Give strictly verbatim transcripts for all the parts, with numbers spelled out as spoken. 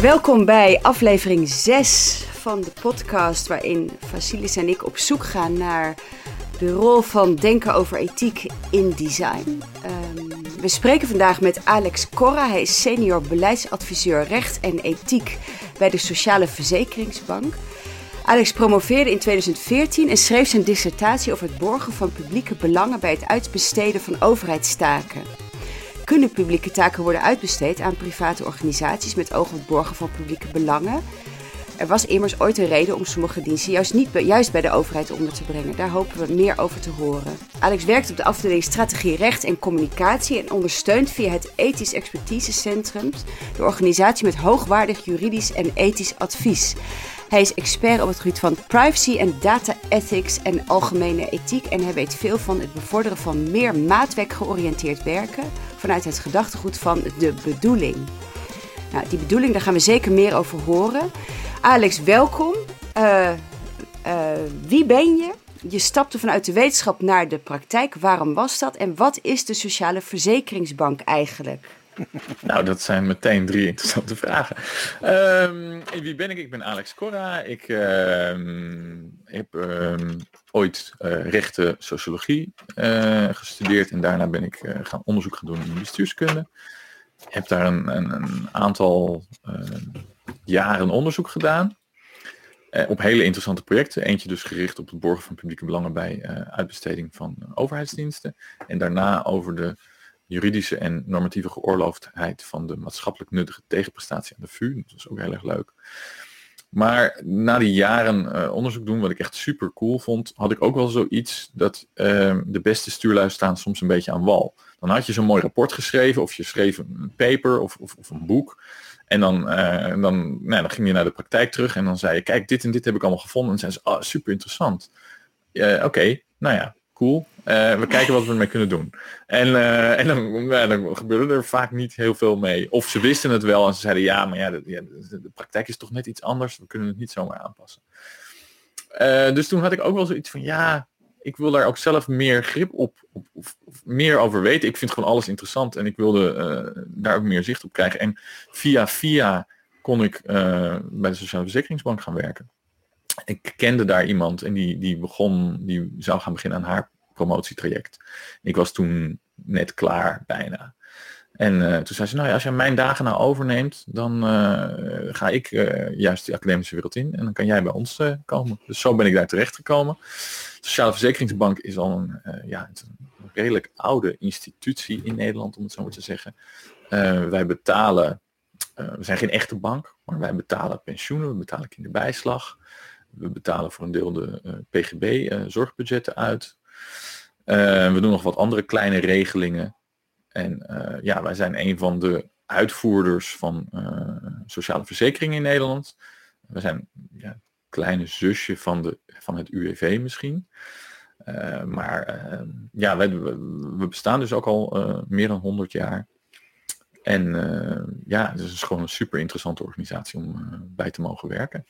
Welkom bij aflevering zes van de podcast waarin Vasilis en ik op zoek gaan naar de rol van denken over ethiek in design. Um, we spreken vandaag met Alex Korra. Hij is senior beleidsadviseur recht en ethiek bij de Sociale Verzekeringsbank. Alex promoveerde in tweeduizend veertien en schreef zijn dissertatie over het borgen van publieke belangen bij het uitbesteden van overheidstaken. Kunnen publieke taken worden uitbesteed aan private organisaties met oog op het borgen van publieke belangen? Er was immers ooit een reden om sommige diensten juist, niet be- juist bij de overheid onder te brengen. Daar hopen we meer over te horen. Alex werkt op de afdeling Strategie Recht en Communicatie en ondersteunt via het Ethisch Expertisecentrum de organisatie met hoogwaardig juridisch en ethisch advies. Hij is expert op het gebied van privacy en data ethics en algemene ethiek. En hij weet veel van het bevorderen van meer maatwerkgeoriënteerd werken vanuit het gedachtegoed van de bedoeling. Nou, die bedoeling, daar gaan we zeker meer over horen. Alex, welkom. Uh, uh, wie ben je? Je stapte vanuit de wetenschap naar de praktijk. Waarom was dat? En wat is de Sociale Verzekeringsbank eigenlijk? Nou, dat zijn meteen drie interessante vragen. Um, wie ben ik? Ik ben Alex Korra. Ik uh, heb um, ooit uh, rechten sociologie uh, gestudeerd en daarna ben ik uh, gaan onderzoek gaan doen in bestuurskunde. Ik heb daar een, een, een aantal uh, jaren onderzoek gedaan uh, op hele interessante projecten. Eentje dus gericht op het borgen van publieke belangen bij uh, uitbesteding van uh, overheidsdiensten. En daarna over de juridische en normatieve geoorloofdheid van de maatschappelijk nuttige tegenprestatie aan de V U. Dat was ook heel erg leuk. Maar na die jaren uh, onderzoek doen, wat ik echt super cool vond, had ik ook wel zoiets dat uh, de beste stuurlui staan soms een beetje aan wal. Dan had je zo'n mooi rapport geschreven, of je schreef een paper of, of, of een boek. En dan, uh, dan, nou, dan ging je naar de praktijk terug en dan zei je, kijk, dit en dit heb ik allemaal gevonden. En dan zeiden ze, oh, super interessant. Uh, Oké, okay, nou ja, cool. Uh, we kijken wat we ermee kunnen doen. En, uh, en dan, nou, dan gebeurde er vaak niet heel veel mee. Of ze wisten het wel en ze zeiden ja, maar ja, de, ja, de, de praktijk is toch net iets anders. We kunnen het niet zomaar aanpassen. Uh, dus toen had ik ook wel zoiets van ja, ik wil daar ook zelf meer grip op, op of, of meer over weten. Ik vind gewoon alles interessant en ik wilde uh, daar ook meer zicht op krijgen. En via via kon ik uh, bij de Sociale Verzekeringsbank gaan werken. Ik kende daar iemand en die, die begon, die zou gaan beginnen aan haar promotietraject. Ik was toen net klaar, bijna. En uh, toen zei ze, nou ja, als jij mijn dagen nou overneemt, dan uh, ga ik uh, juist de academische wereld in en dan kan jij bij ons uh, komen. Dus zo ben ik daar terecht gekomen. De Sociale Verzekeringsbank is al een, uh, ja, het is een redelijk oude institutie in Nederland, om het zo maar te zeggen. Uh, wij betalen, uh, we zijn geen echte bank, maar wij betalen pensioenen, we betalen kinderbijslag. We betalen voor een deel de uh, P G B-zorgbudgetten uh, uit. Uh, we doen nog wat andere kleine regelingen. En uh, ja, wij zijn een van de uitvoerders van uh, sociale verzekeringen in Nederland. We zijn ja, een kleine zusje van, de, van het U W V misschien. Uh, maar uh, ja, wij, we bestaan dus ook al uh, meer dan honderd jaar. En uh, ja, het is gewoon een super interessante organisatie om uh, bij te mogen werken.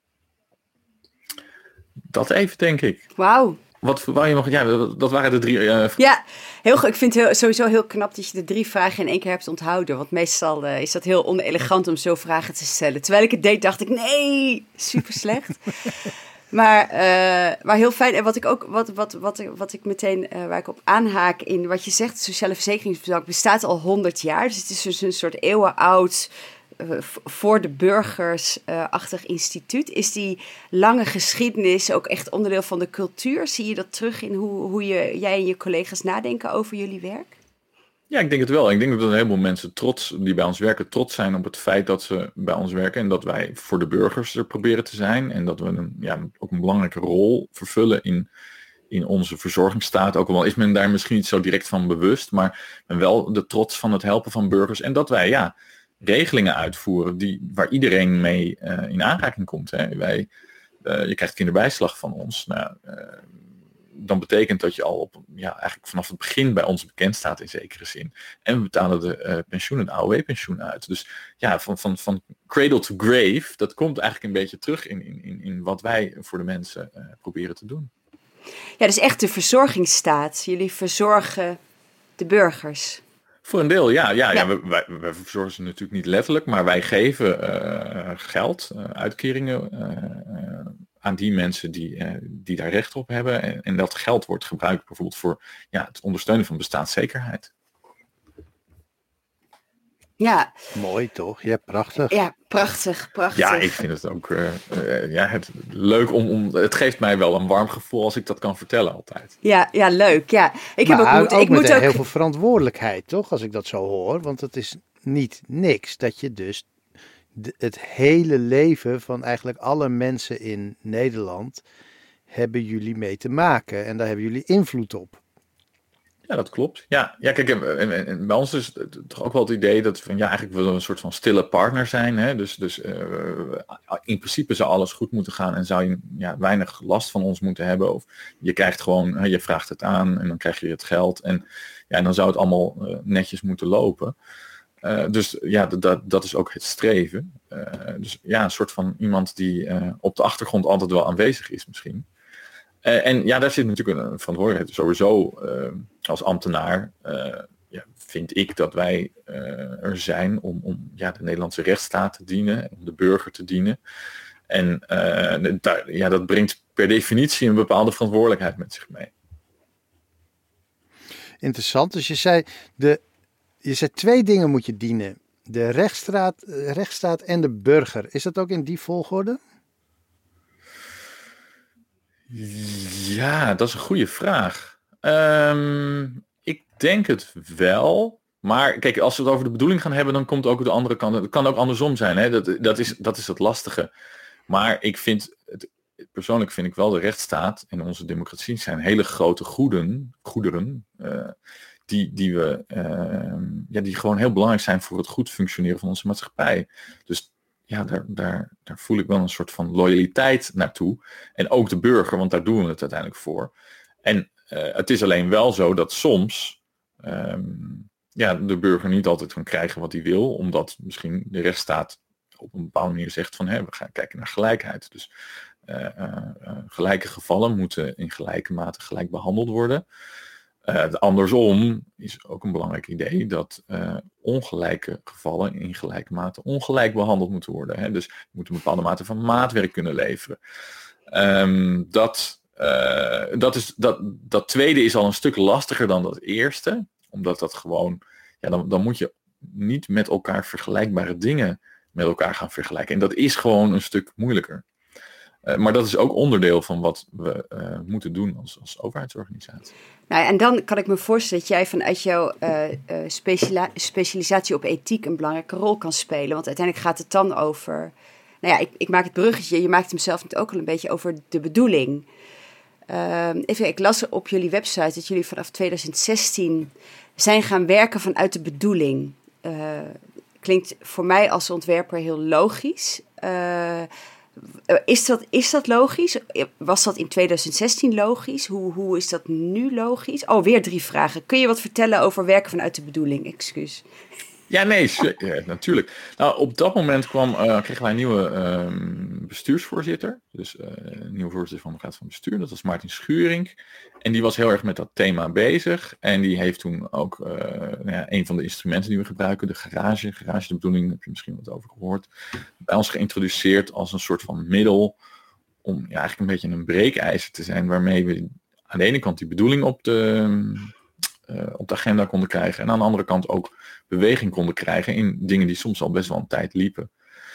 Dat even, denk ik. Wauw. Wat wou je nog? Ja, dat waren de drie. Uh... Ja, heel goed. Ik vind het heel, sowieso heel knap dat je de drie vragen in één keer hebt onthouden. Want meestal uh, is dat heel onelegant om zo vragen te stellen. Terwijl ik het deed, dacht ik, nee, super slecht. maar, uh, maar heel fijn. En wat ik ook, wat, wat, wat, wat ik meteen, uh, waar ik op aanhaak in wat je zegt, de Sociale Verzekeringsbank bestaat al honderd jaar. Dus het is dus een soort eeuwenoud, Uh, voor de burgers-achtig uh, instituut. Is die lange geschiedenis ook echt onderdeel van de cultuur? Zie je dat terug in hoe, hoe je, jij en je collega's nadenken over jullie werk? Ja, ik denk het wel. Ik denk dat een heleboel mensen trots, die bij ons werken, trots zijn op het feit dat ze bij ons werken en dat wij voor de burgers er proberen te zijn en dat we een, ja, ook een belangrijke rol vervullen in, in onze verzorgingsstaat. Ook al is men daar misschien niet zo direct van bewust, maar men wel de trots van het helpen van burgers en dat wij, ja, regelingen uitvoeren die, waar iedereen mee uh, in aanraking komt. Hè. Wij, uh, je krijgt kinderbijslag van ons. Nou, uh, dan betekent dat je al op, ja, eigenlijk vanaf het begin bij ons bekend staat in zekere zin. En we betalen de uh, pensioenen, de A O W-pensioen uit. Dus ja, van, van, van cradle to grave, dat komt eigenlijk een beetje terug in, in, in wat wij voor de mensen uh, proberen te doen. Ja, dus echt de verzorgingsstaat. Jullie verzorgen de burgers. Voor een deel, ja. ja, ja. Ja. We, wij, wij verzorgen ze natuurlijk niet letterlijk, maar wij geven uh, geld, uh, uitkeringen uh, uh, aan die mensen die, uh, die daar recht op hebben. En, en dat geld wordt gebruikt bijvoorbeeld voor ja, het ondersteunen van bestaanszekerheid. Ja. Mooi toch? Ja, prachtig. Ja, prachtig, prachtig. Ja, ik vind het ook uh, uh, ja, het, leuk om, om... Het geeft mij wel een warm gevoel als ik dat kan vertellen altijd. Ja, ja leuk. Ja. Ik maar heb ook, moet, ook ik met moet ook heel veel verantwoordelijkheid, toch? Als ik dat zo hoor. Want het is niet niks dat je dus de, het hele leven van eigenlijk alle mensen in Nederland hebben jullie mee te maken. En daar hebben jullie invloed op. Ja, dat klopt. Ja, ja kijk, en, en, en bij ons is het toch ook wel het idee dat van ja, eigenlijk willen we een soort van stille partner zijn. Hè? Dus, dus uh, in principe zou alles goed moeten gaan en zou je ja, weinig last van ons moeten hebben. Of je krijgt gewoon, uh, je vraagt het aan en dan krijg je het geld. En, ja, en dan zou het allemaal uh, netjes moeten lopen. Uh, dus ja, dat, dat is ook het streven. Uh, dus ja, een soort van iemand die uh, op de achtergrond altijd wel aanwezig is misschien. Uh, en ja, daar zit natuurlijk een, een verantwoordelijkheid. Sowieso uh, als ambtenaar uh, ja, vind ik dat wij uh, er zijn om, om ja, de Nederlandse rechtsstaat te dienen, om de burger te dienen. En uh, daar, ja, dat brengt per definitie een bepaalde verantwoordelijkheid met zich mee. Interessant. Dus je zei, de, je zei twee dingen moet je dienen. De rechtsstaat, rechtsstaat en de burger. Is dat ook in die volgorde? Ja, dat is een goede vraag. Um, ik denk het wel. Maar kijk, als we het over de bedoeling gaan hebben, dan komt ook de andere kant. Het kan ook andersom zijn. Hè? Dat, dat, is, dat is het lastige. Maar ik vind, het, persoonlijk vind ik wel de rechtsstaat en onze democratie zijn hele grote goeden, goederen. Uh, die, die, we, uh, ja, die gewoon heel belangrijk zijn voor het goed functioneren van onze maatschappij. Dus ja, daar, daar, daar voel ik wel een soort van loyaliteit naartoe. En ook de burger, want daar doen we het uiteindelijk voor. En uh, het is alleen wel zo dat soms um, ja, de burger niet altijd kan krijgen wat hij wil, omdat misschien de rechtsstaat op een bepaalde manier zegt van, hé, we gaan kijken naar gelijkheid. Dus uh, uh, uh, gelijke gevallen moeten in gelijke mate gelijk behandeld worden. Uh, andersom is ook een belangrijk idee dat uh, ongelijke gevallen in gelijke mate ongelijk behandeld moeten worden. Hè? Dus je moet een bepaalde mate van maatwerk kunnen leveren. Um, dat, uh, dat, is, dat, dat tweede is al een stuk lastiger dan dat eerste. Omdat dat gewoon, ja, dan, dan moet je niet met elkaar vergelijkbare dingen met elkaar gaan vergelijken. En dat is gewoon een stuk moeilijker. Uh, maar dat is ook onderdeel van wat we uh, moeten doen als, als overheidsorganisatie. Nou, en dan kan ik me voorstellen dat jij vanuit jouw uh, uh, speciala- specialisatie op ethiek een belangrijke rol kan spelen. Want uiteindelijk gaat het dan over... Nou ja, ik, ik maak het bruggetje. Je maakt hem zelf net ook al een beetje over de bedoeling. Uh, even, ik las op jullie website dat jullie vanaf twintig zestien zijn gaan werken vanuit de bedoeling. Uh, klinkt voor mij als ontwerper heel logisch. Uh, Is dat, is dat logisch? Was dat in twintig zestien logisch? Hoe, hoe is dat nu logisch? Oh, weer drie vragen. Kun je wat vertellen over werken vanuit de bedoeling? Excuus. Ja, nee, ja, natuurlijk. Nou, op dat moment kwam, uh, kregen wij een nieuwe uh, bestuursvoorzitter. Dus uh, een nieuwe voorzitter van de Raad van Bestuur. Dat was Maarten Schuring. En die was heel erg met dat thema bezig. En die heeft toen ook uh, nou ja, een van de instrumenten die we gebruiken, de garage. Garage de bedoeling, heb je misschien wat over gehoord. Bij ons geïntroduceerd als een soort van middel om ja, eigenlijk een beetje een breekijzer te zijn. Waarmee we aan de ene kant die bedoeling op de... Uh, op de agenda konden krijgen. En aan de andere kant ook beweging konden krijgen in dingen die soms al best wel een tijd liepen.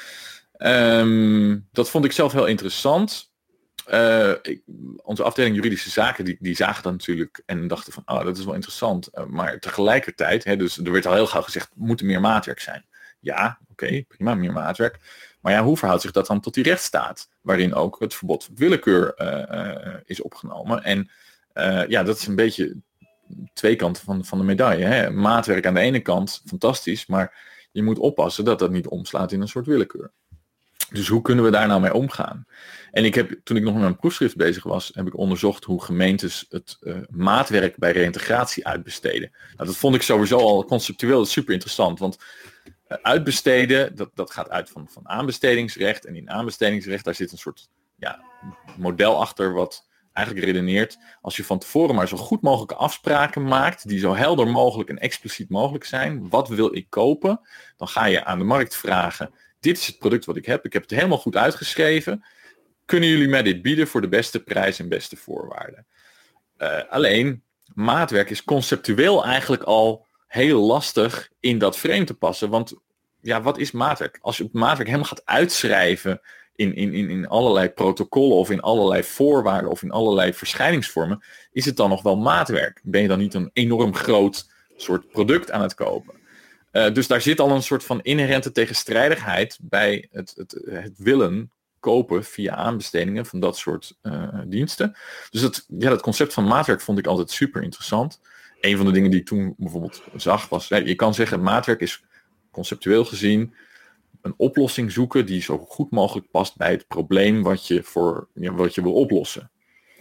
Um, dat vond ik zelf heel interessant. Uh, ik, onze afdeling juridische zaken, die, die zagen dat natuurlijk en dachten van, oh, dat is wel interessant. Uh, maar tegelijkertijd, hè, dus er werd al heel gauw gezegd, moet er meer maatwerk zijn. Ja, oké, okay, prima, meer maatwerk. Maar ja, hoe verhoudt zich dat dan tot die rechtsstaat? Waarin ook het verbod op willekeur uh, uh, is opgenomen. En uh, ja, dat is een beetje twee kanten van, van de medaille. Hè? Maatwerk aan de ene kant, fantastisch, maar je moet oppassen dat dat niet omslaat in een soort willekeur. Dus hoe kunnen we daar nou mee omgaan? En ik heb, toen ik nog met mijn proefschrift bezig was, heb ik onderzocht hoe gemeentes het uh, maatwerk bij reïntegratie uitbesteden. Nou, dat vond ik sowieso al conceptueel super interessant, want uh, uitbesteden, dat, dat gaat uit van, van aanbestedingsrecht. En in aanbestedingsrecht, daar zit een soort ja, model achter wat eigenlijk redeneert, als je van tevoren maar zo goed mogelijke afspraken maakt, die zo helder mogelijk en expliciet mogelijk zijn, wat wil ik kopen, dan ga je aan de markt vragen, dit is het product wat ik heb, ik heb het helemaal goed uitgeschreven, kunnen jullie mij dit bieden voor de beste prijs en beste voorwaarden? Uh, alleen, maatwerk is conceptueel eigenlijk al heel lastig in dat frame te passen, want ja, wat is maatwerk? Als je maatwerk helemaal gaat uitschrijven in, in, in, in allerlei protocollen of in allerlei voorwaarden of in allerlei verschijningsvormen, is het dan nog wel maatwerk? Ben je dan niet een enorm groot soort product aan het kopen? Uh, dus daar zit al een soort van inherente tegenstrijdigheid bij het, het, het willen kopen via aanbestedingen van dat soort uh, diensten. Dus dat, ja, dat concept van maatwerk vond ik altijd super interessant. Een van de dingen die ik toen bijvoorbeeld zag was, ja, je kan zeggen maatwerk is conceptueel gezien een oplossing zoeken die zo goed mogelijk past bij het probleem wat je, voor, ja, wat je wil oplossen.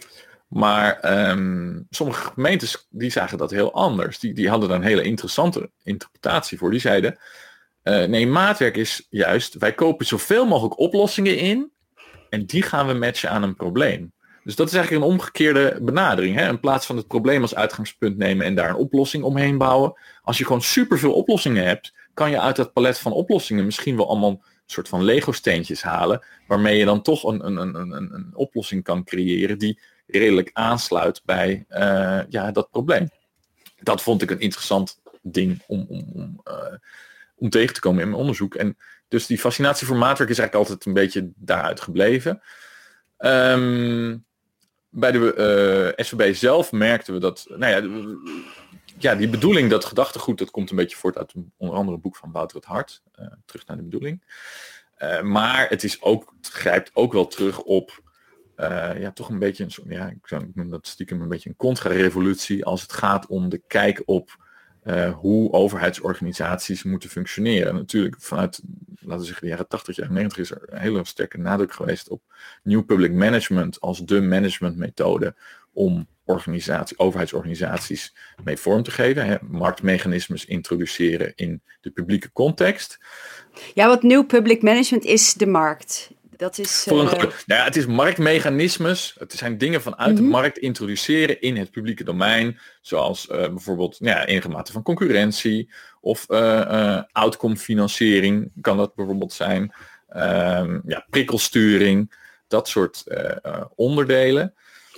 Maar um, sommige gemeentes die zagen dat heel anders. Die, die hadden daar een hele interessante interpretatie voor. Die zeiden, uh, nee, maatwerk is juist, wij kopen zoveel mogelijk oplossingen in en die gaan we matchen aan een probleem. Dus dat is eigenlijk een omgekeerde benadering. Hè? In plaats van het probleem als uitgangspunt nemen en daar een oplossing omheen bouwen. Als je gewoon superveel oplossingen hebt, kan je uit dat palet van oplossingen misschien wel allemaal een soort van Lego-steentjes halen, waarmee je dan toch een, een, een, een, een oplossing kan creëren die redelijk aansluit bij uh, ja, dat probleem. Dat vond ik een interessant ding om, om, om, uh, om tegen te komen in mijn onderzoek. En dus die fascinatie voor maatwerk is eigenlijk altijd een beetje daaruit gebleven. Um, bij de uh, S V B zelf merkten we dat, nou ja, ja, die bedoeling, dat gedachtegoed, dat komt een beetje voort uit een, onder andere een boek van Wouter het Hart, uh, terug naar de bedoeling. Uh, maar het is ook, het grijpt ook wel terug op Uh, ja, toch een beetje een soort, ja, ik zou noemen dat stiekem een beetje een contra-revolutie als het gaat om de kijk op uh, hoe overheidsorganisaties moeten functioneren. Natuurlijk vanuit, laten we zeggen, de jaren tachtig, jaren negentig is er een hele sterke nadruk geweest op New Public Management als de managementmethode om organisatie, overheidsorganisaties mee vorm te geven. Hè, marktmechanismes introduceren in de publieke context. Ja, wat New Public Management is de markt. Dat is, uh... Voor een, nou ja, het is marktmechanismes. Het zijn dingen vanuit mm-hmm. de markt introduceren in het publieke domein. Zoals uh, bijvoorbeeld ja, enige mate van concurrentie. Of uh, uh, outcome-financiering kan dat bijvoorbeeld zijn. Uh, ja, prikkelsturing. Dat soort uh, uh, onderdelen.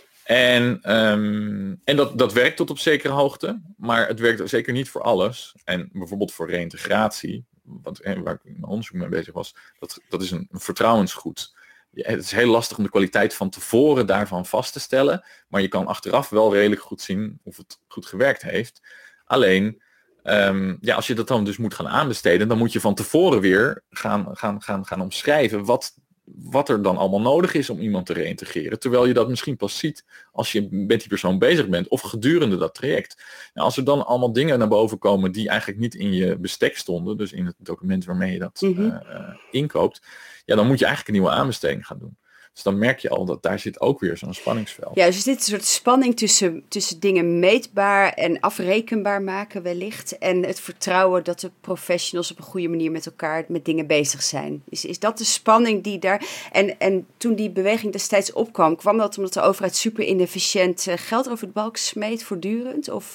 En, um, en dat, dat werkt tot op zekere hoogte. Maar het werkt zeker niet voor alles. En bijvoorbeeld voor reïntegratie. Want, waar ik in mijn onderzoek mee bezig was, dat, dat is een, een vertrouwensgoed. Ja, het is heel lastig om de kwaliteit van tevoren daarvan vast te stellen, maar je kan achteraf wel redelijk goed zien of het goed gewerkt heeft. Alleen, um, ja, als je dat dan dus moet gaan aanbesteden, dan moet je van tevoren weer gaan, gaan, gaan, gaan omschrijven wat, wat er dan allemaal nodig is om iemand te reïntegreren. Terwijl je dat misschien pas ziet als je met die persoon bezig bent of gedurende dat traject. Nou, als er dan allemaal dingen naar boven komen die eigenlijk niet in je bestek stonden, dus in het document waarmee je dat mm-hmm. uh, inkoopt, ja, dan moet je eigenlijk een nieuwe aanbesteding gaan doen. Dus dan merk je al dat daar zit ook weer zo'n spanningsveld. Ja, dus dit is een soort spanning tussen, tussen dingen meetbaar en afrekenbaar maken wellicht. En het vertrouwen dat de professionals op een goede manier met elkaar met dingen bezig zijn. Is, is dat de spanning die daar... En, en toen die beweging destijds opkwam, kwam dat omdat de overheid super inefficiënt geld over het balk smeet voortdurend? Of...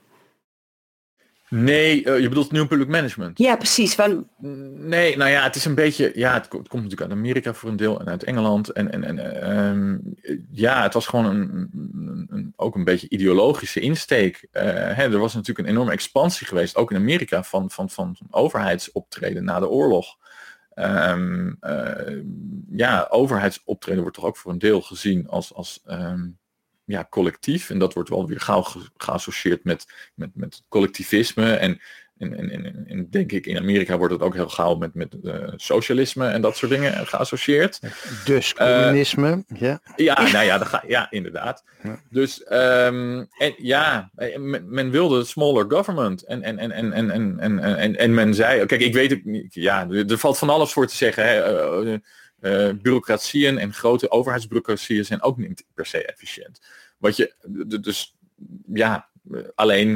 Nee, uh, je bedoelt New Public Management? Ja, precies. Van... Nee, nou ja, het is een beetje... Ja, het, het komt natuurlijk uit Amerika voor een deel en uit Engeland. En, en, en um, ja, het was gewoon een, een, een, ook een beetje ideologische insteek. Uh, hè, er was natuurlijk een enorme expansie geweest, ook in Amerika, van, van, van, van overheidsoptreden na de oorlog. Um, uh, ja, overheidsoptreden wordt toch ook voor een deel gezien als... als um, ja, collectief. En dat wordt wel weer gauw ge- geassocieerd met, met, met collectivisme. En, en, en, en, en denk ik, in Amerika wordt het ook heel gauw met, met uh, socialisme en dat soort dingen geassocieerd. Dus communisme, uh, ja. Ja, nou ja, dat ga, ja inderdaad. Ja. Dus um, en, ja, men, men wilde het smaller government. En, en, en, en, en, en, en, en, en men zei, kijk, ik weet het niet, ja, er valt van alles voor te zeggen, hè. Uh, Uh, bureaucratieën en grote overheidsbureaucratieën zijn ook niet per se efficiënt. Wat je, dus ja, alleen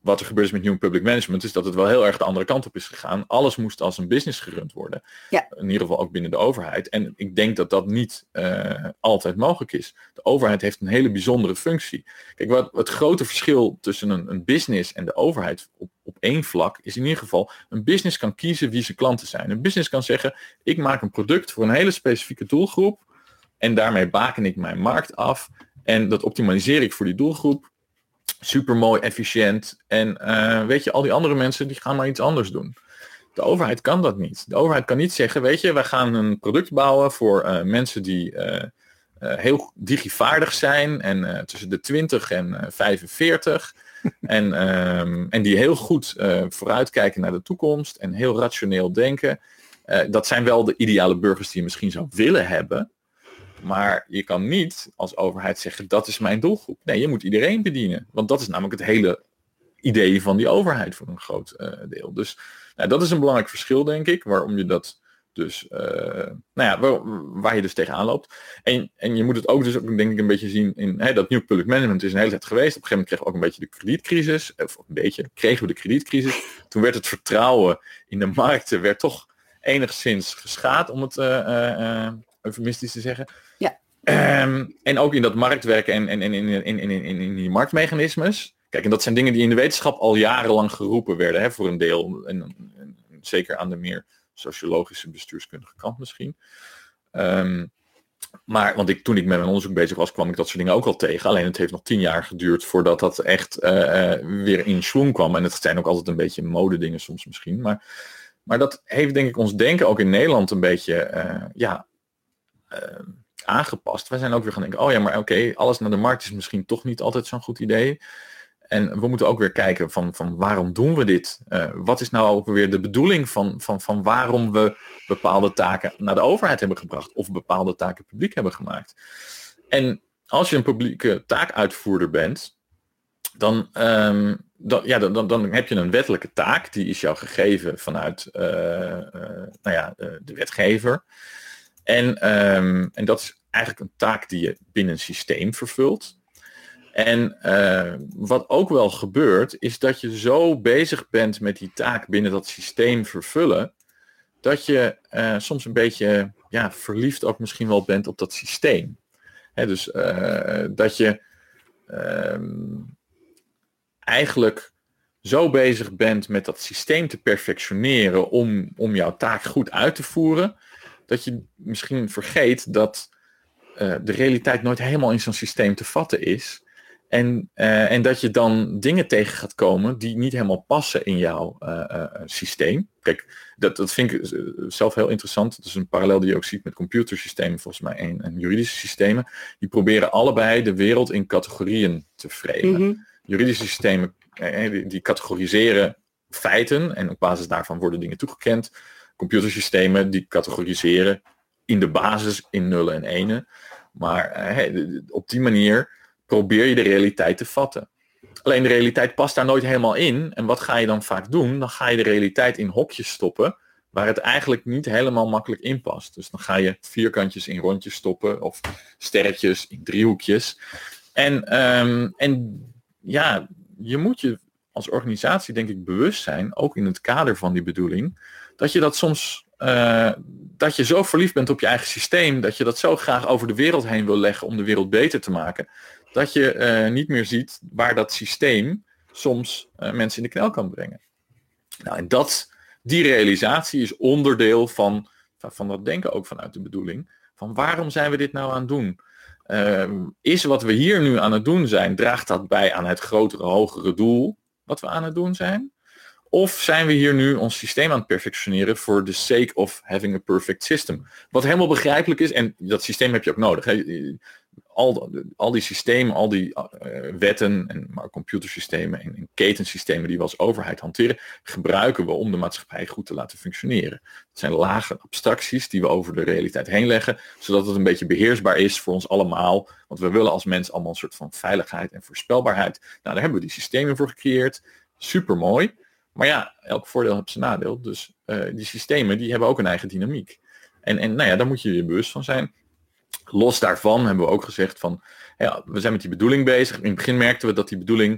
wat er gebeurd is met New Public Management, is dat het wel heel erg de andere kant op is gegaan. Alles moest als een business gerund worden. Ja. In ieder geval ook binnen de overheid. En ik denk dat dat niet uh, altijd mogelijk is. De overheid heeft een hele bijzondere functie. Kijk, wat het grote verschil tussen een, een business en de overheid op, op één vlak is in ieder geval, een business kan kiezen wie zijn klanten zijn. Een business kan zeggen, ik maak een product voor een hele specifieke doelgroep en daarmee baken ik mijn markt af en dat optimaliseer ik voor die doelgroep. Super mooi, efficiënt. En uh, weet je, al die andere mensen die gaan maar iets anders doen. De overheid kan dat niet. De overheid kan niet zeggen, weet je, wij gaan een product bouwen voor uh, mensen die uh, uh, heel digivaardig zijn en uh, tussen de twintig en uh, vijfenveertig. en, um, en die heel goed uh, vooruitkijken naar de toekomst en heel rationeel denken. Uh, dat zijn wel de ideale burgers die je misschien zou willen hebben. Maar je kan niet als overheid zeggen, dat is mijn doelgroep. Nee, je moet iedereen bedienen. Want dat is namelijk het hele idee van die overheid voor een groot uh, deel. Dus nou, dat is een belangrijk verschil, denk ik. Waarom je dat dus, uh, nou ja, waar, waar je dus tegenaan loopt. En, en je moet het ook dus ook, denk ik, een beetje zien in, hè, dat New Public Management is een hele tijd geweest. Op een gegeven moment kregen we ook een beetje de kredietcrisis. Of een beetje, kregen we de kredietcrisis. Toen werd het vertrouwen in de markten werd toch enigszins geschaad, om het uh, uh, eufemistisch te zeggen. Ja. Um, en ook in dat marktwerken en, en, en in, in, in, in, in die marktmechanismes. Kijk, en dat zijn dingen die in de wetenschap al jarenlang geroepen werden, hè, voor een deel. En, en, en zeker aan de meer sociologische bestuurskundige kant misschien. Um, maar, want ik, toen ik met mijn onderzoek bezig was, kwam ik dat soort dingen ook al tegen. Alleen het heeft nog tien jaar geduurd voordat dat echt uh, uh, weer in schwung kwam. En het zijn ook altijd een beetje modedingen soms misschien. Maar, maar dat heeft denk ik ons denken ook in Nederland een beetje, uh, ja... Uh, aangepast. Wij zijn ook weer gaan denken, oh ja, maar oké, okay, alles naar de markt is misschien toch niet altijd zo'n goed idee. En we moeten ook weer kijken van, van waarom doen we dit? Uh, wat is nou ook weer de bedoeling van, van, van waarom we bepaalde taken naar de overheid hebben gebracht of bepaalde taken publiek hebben gemaakt? En als je een publieke taakuitvoerder bent, dan, um, dan, ja, dan, dan heb je een wettelijke taak, die is jou gegeven vanuit uh, uh, nou ja, uh, de wetgever. En, um, en dat is eigenlijk een taak die je binnen een systeem vervult. En uh, wat ook wel gebeurt, is dat je zo bezig bent met die taak binnen dat systeem vervullen, dat je uh, soms een beetje ja, verliefd ook misschien wel bent op dat systeem. Hè, dus uh, dat je uh, eigenlijk zo bezig bent met dat systeem te perfectioneren om, om jouw taak goed uit te voeren, dat je misschien vergeet dat uh, de realiteit nooit helemaal in zo'n systeem te vatten is. En, uh, en dat je dan dingen tegen gaat komen die niet helemaal passen in jouw uh, uh, systeem. Kijk, dat, dat vind ik zelf heel interessant. Dat is een parallel die je ook ziet met computersystemen, volgens mij, en, en juridische systemen. Die proberen allebei de wereld in categorieën te framen. Mm-hmm. Juridische systemen uh, die, die categoriseren feiten en op basis daarvan worden dingen toegekend. Computersystemen die categoriseren in de basis in nullen en enen. Maar uh, op die manier probeer je de realiteit te vatten. Alleen de realiteit past daar nooit helemaal in. En wat ga je dan vaak doen? Dan ga je de realiteit in hokjes stoppen waar het eigenlijk niet helemaal makkelijk in past. Dus dan ga je vierkantjes in rondjes stoppen of sterretjes in driehoekjes. En, um, en ja, je moet je als organisatie denk ik bewust zijn, ook in het kader van die bedoeling, dat je dat soms, uh, dat je zo verliefd bent op je eigen systeem, dat je dat zo graag over de wereld heen wil leggen om de wereld beter te maken, dat je uh, niet meer ziet waar dat systeem soms uh, mensen in de knel kan brengen. Nou, en dat, die realisatie is onderdeel van, van dat denken ook vanuit de bedoeling, van waarom zijn we dit nou aan het doen? Uh, is wat we hier nu aan het doen zijn, draagt dat bij aan het grotere, hogere doel wat we aan het doen zijn? Of zijn we hier nu ons systeem aan het perfectioneren for the sake of having a perfect system? Wat helemaal begrijpelijk is, en dat systeem heb je ook nodig. Hè? Al, al die systemen, al die uh, wetten, en maar computersystemen en, en ketensystemen die we als overheid hanteren, gebruiken we om de maatschappij goed te laten functioneren. Het zijn lage abstracties die we over de realiteit heen leggen, zodat het een beetje beheersbaar is voor ons allemaal. Want we willen als mens allemaal een soort van veiligheid en voorspelbaarheid. Nou, daar hebben we die systemen voor gecreëerd. Super mooi. Maar ja, elk voordeel heeft zijn nadeel. Dus uh, die systemen die hebben ook een eigen dynamiek. En, en nou ja, daar moet je je bewust van zijn. Los daarvan hebben we ook gezegd van, ja, we zijn met die bedoeling bezig. In het begin merkten we dat die bedoeling